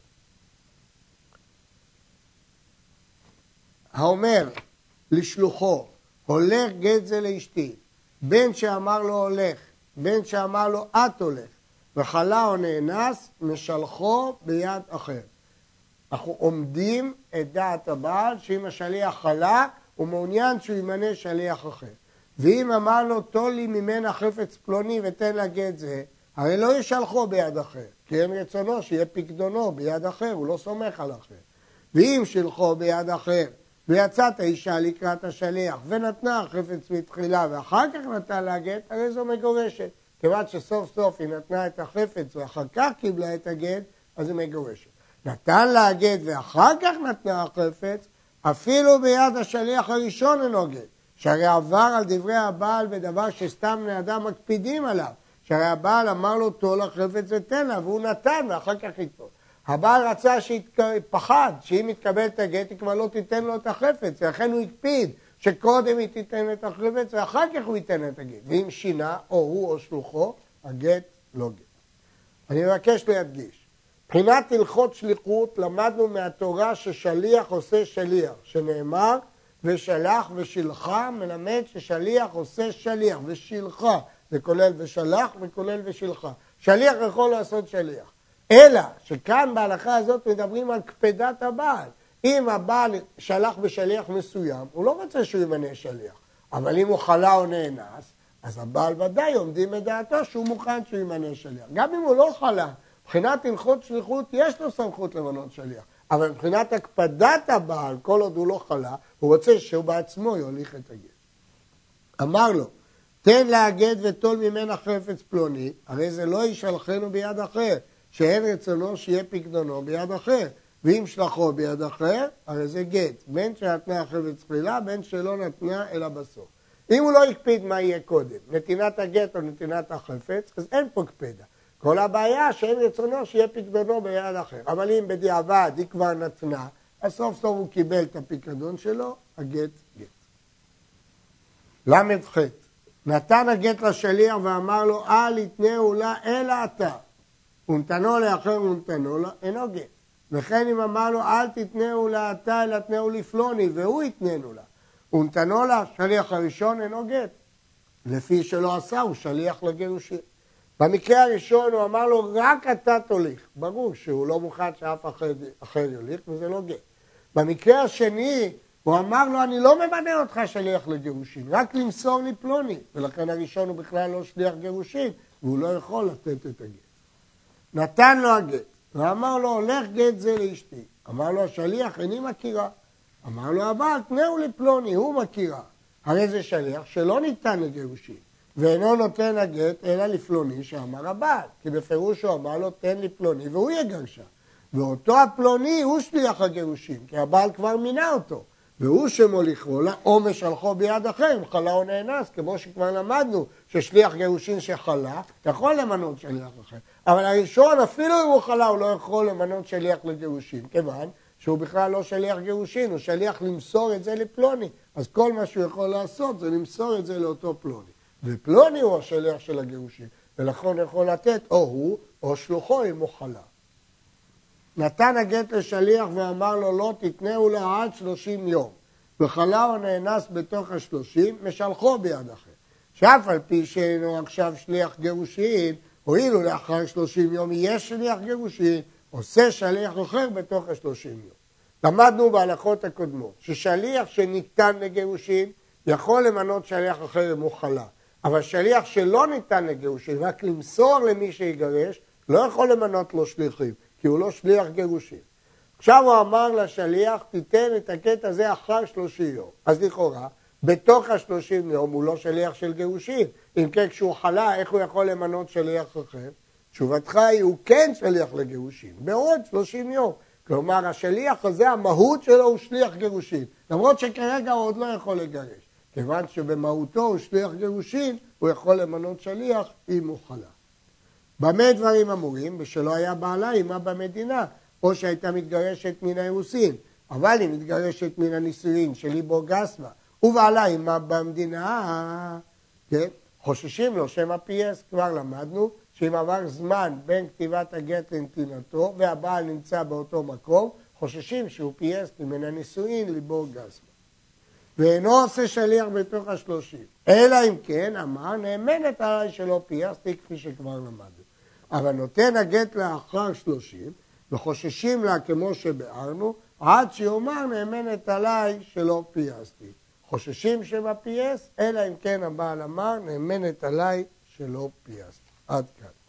האומר לשלוחו, הולך גט זה לאשתי, בין שאמר לו הולך, בין שאמר לו את הולך, וחלה או נאנס, משלחו ביד אחר. אנחנו עומדים את דעת הבעל, שאם השליח חלה, הוא מעוניין שהוא ימנה שליח אחר. ואם אמר לו, תול לי ממנה חפץ פלוני ותן לה גט זה, הרי לא ישלחו ביד אחר, כי אין רצונו שיהיה פקדונו ביד אחר, הוא לא סומך על אחר. ואם שלחו ביד אחר, ויצאת האישה לקראת השליח, ונתנה חפץ מתחילה, ואחר כך נתן לה גט, הרי זו מגורשת. כיוון שסוף סוף היא נתנה את החפץ, ואחר כך קיבלה את הגט, אז היא מגורשת. נתן לה הגט, ואחר כך נתנה החפץ, אפילו ביד השליח הראשון אינו גט. שהרי עבר על דברי הבעל בדבר שסתם בני אדם מקפידים עליו. שהרי הבעל אמר לו, תול החפץ ותן לה, והוא נתן, ואחר כך יתפול. הבעל רצה פחד, שאם יתקבל את הגט, היא כבר לא תיתן לו את החפץ, ולכן הוא הקפיד שקודם היא תיתן את החפץ, ואחר כך הוא ייתן את הגט. ואם שינה, או הוא או שלוחו, הגט לא גט. אני מבקש להדגיש, מבחינת הלכות שליחות, למדנו מהתורה ששליח עושה שליח, שנאמר, ושלח ושלחה, מלמד ששליח עושה שליח, ושלחה, זה כולל ושלח וכולל ושלחה. שליח יכול לעשות שליח. אלא שכאן בהלכה הזאת מדברים על קפדת הבעל. אם הבעל שלח בשליח מסוים, הוא לא רוצה שהוא ימנה שליח. אבל אם הוא חלה או נאנס, אז הבעל ודאי עומדים מדעתו שהוא מוכן שהוא ימנה שליח. גם אם הוא לא חלה, מבחינת הלכות שליחות יש לו סמכות למנות שליח. אבל מבחינת הקפדת הבעל, כל עוד הוא לא חלה, הוא רוצה שהוא בעצמו יוליך את הגט. אמר לו, תן לה הגט ותול ממנה חפץ פלוני, הרי זה לא ישלחנו ביד אחר. שאין רצונו שיהיה פקדונו ביד אחר, ואם שלחו ביד אחר, הרי זה גט, בין שנתנה החפץ תחילה, בין שלא נתנה אלא בסוף. אם הוא לא הקפיד מה יהיה קודם, נתינת הגט או נתינת החפץ, אז אין פה קפדה. כל הבעיה שאין רצונו שיהיה פקדונו ביד אחר. אבל אם בדיעבד היא כבר נתנה, אז סוף סוף הוא קיבל את הפקדון שלו, הגט גט. למ"ח, נתן הגט לשליח ואמר לו, אל יתנאו לה אלא אתה. ונתנו לאחר ונתנו לה, אינו גט. וכן אם אמר לו, אל תתנאו לה אתה, אלא תנאו לפלוני, והוא יתננו לה. ונתנו לה, שליח הראשון אינו גט. לפי שלא עשה, הוא שליח לגירושין. במקרה הראשון הוא אמר לו, רק אתה תוליך. ברור שהוא לא מוכן שאף אחר יוליך, וזה לא גט. במקרה השני, הוא אמר לו, אני לא ממנה אותך שליח לגירושין, רק למסור לי פלוני. ולכן הראשון הוא בכלל לא שליח גירושין, והוא לא יכול לתת את הגט. נתן לו הגט, ואמר לו, הולך גט זה לאשתי. אמר לו, השליח, איני מכירה. אמר לו, אבל תנאו לפלוני, הוא מכירה. הרי זה שליח שלא ניתן לגירושין, ואינו נותן הגט אלא לפלוני שאמר הבעל. כי בפירוש הוא אמר לו, תן לי פלוני, והוא יגרשה. ואותו הפלוני הוא שליח הגירושין, כי הבעל כבר מינה אותו. והוא שמוליכו לה, או משלחו ביד אחר, אם חלה או נאנס, כמו שכבר למדנו, ששליח גירושין שחלה, יכול למנות שליח אחר. אבל הראשון, אפילו אם הוא חלה, הוא לא יכול למנות שליח לגירושין, כיוון שהוא בכלל לא שליח גירושין, הוא שליח למסור את זה לפלוני. אז כל מה שהוא יכול לעשות זה למסור את זה לאותו פלוני. ופלוני הוא השליח של הגירושין, ולכן יכול לתת או הוא או שלוחו אם הוא חלה. נתן הגט לשליח ואמר לו לא תתנהו לה עד 30 יום, וחלה או נאנס בתוך 30, משלחו ביד אחר. שאף על פי שאינו עכשיו שליח גירושין, הואילו לאחר 30 יום יהיה שליח גירושין, עושה שליח אחר בתוך 30 יום. למדנו בהלכות הקודמות ששליח שניתן לגירושין יכול למנות שליח אחר אם הוא חלה, אבל שליח שלא ניתן לגירושין, רק למסור למי שיגרש, לא יכול למנות לו שליחים, כי הוא לא שליח גירושין. עכשיו הוא אמר לשליח, תיתן את הקטע הזה אחר 30 יום. אז לכאורה, בתוך 30 יום הוא לא שליח של גירושין. אם כן, כשהוא חלה, איך הוא יכול למנות שליח אחר? תשובתך היא, הוא כן שליח לגירושין, בעוד 30 יום. כלומר, השליח הזה, המהות שלו הוא שליח גירושין. למרות שכרגע הוא עוד לא יכול לגרש. כיוון שבמהותו הוא שליח גירושין, הוא יכול למנות שליח אם הוא חלה. במה דברים אמורים? ושלא היה בעלה עמה במדינה, או שהייתה מתגרשת מן האירוסין, אבל היא מתגרשת מן הנישואין של ליבו גסמה, ובעלה עמה במדינה, כן? חוששים לו שמא פייס, כבר למדנו, שאם עבר זמן בין כתיבת הגט לנתינתו, והבעל נמצא באותו מקום, חוששים שהוא פייס מן הנישואין ליבו גסמה. ואינו עושה שליח בתוך 30, אלא אם כן אמר, נאמנת עליי שלא פייסתי כפי שכבר למדנו. אבל נותן הגט לאחר 30, וחוששים לה כמו שבארנו, עד שיאמר נאמנת עליי שלא פייסתי. חוששים שבפייס, אלא אם כן הבעל אמר, נאמנת עליי שלא פייסתי. עד כאן.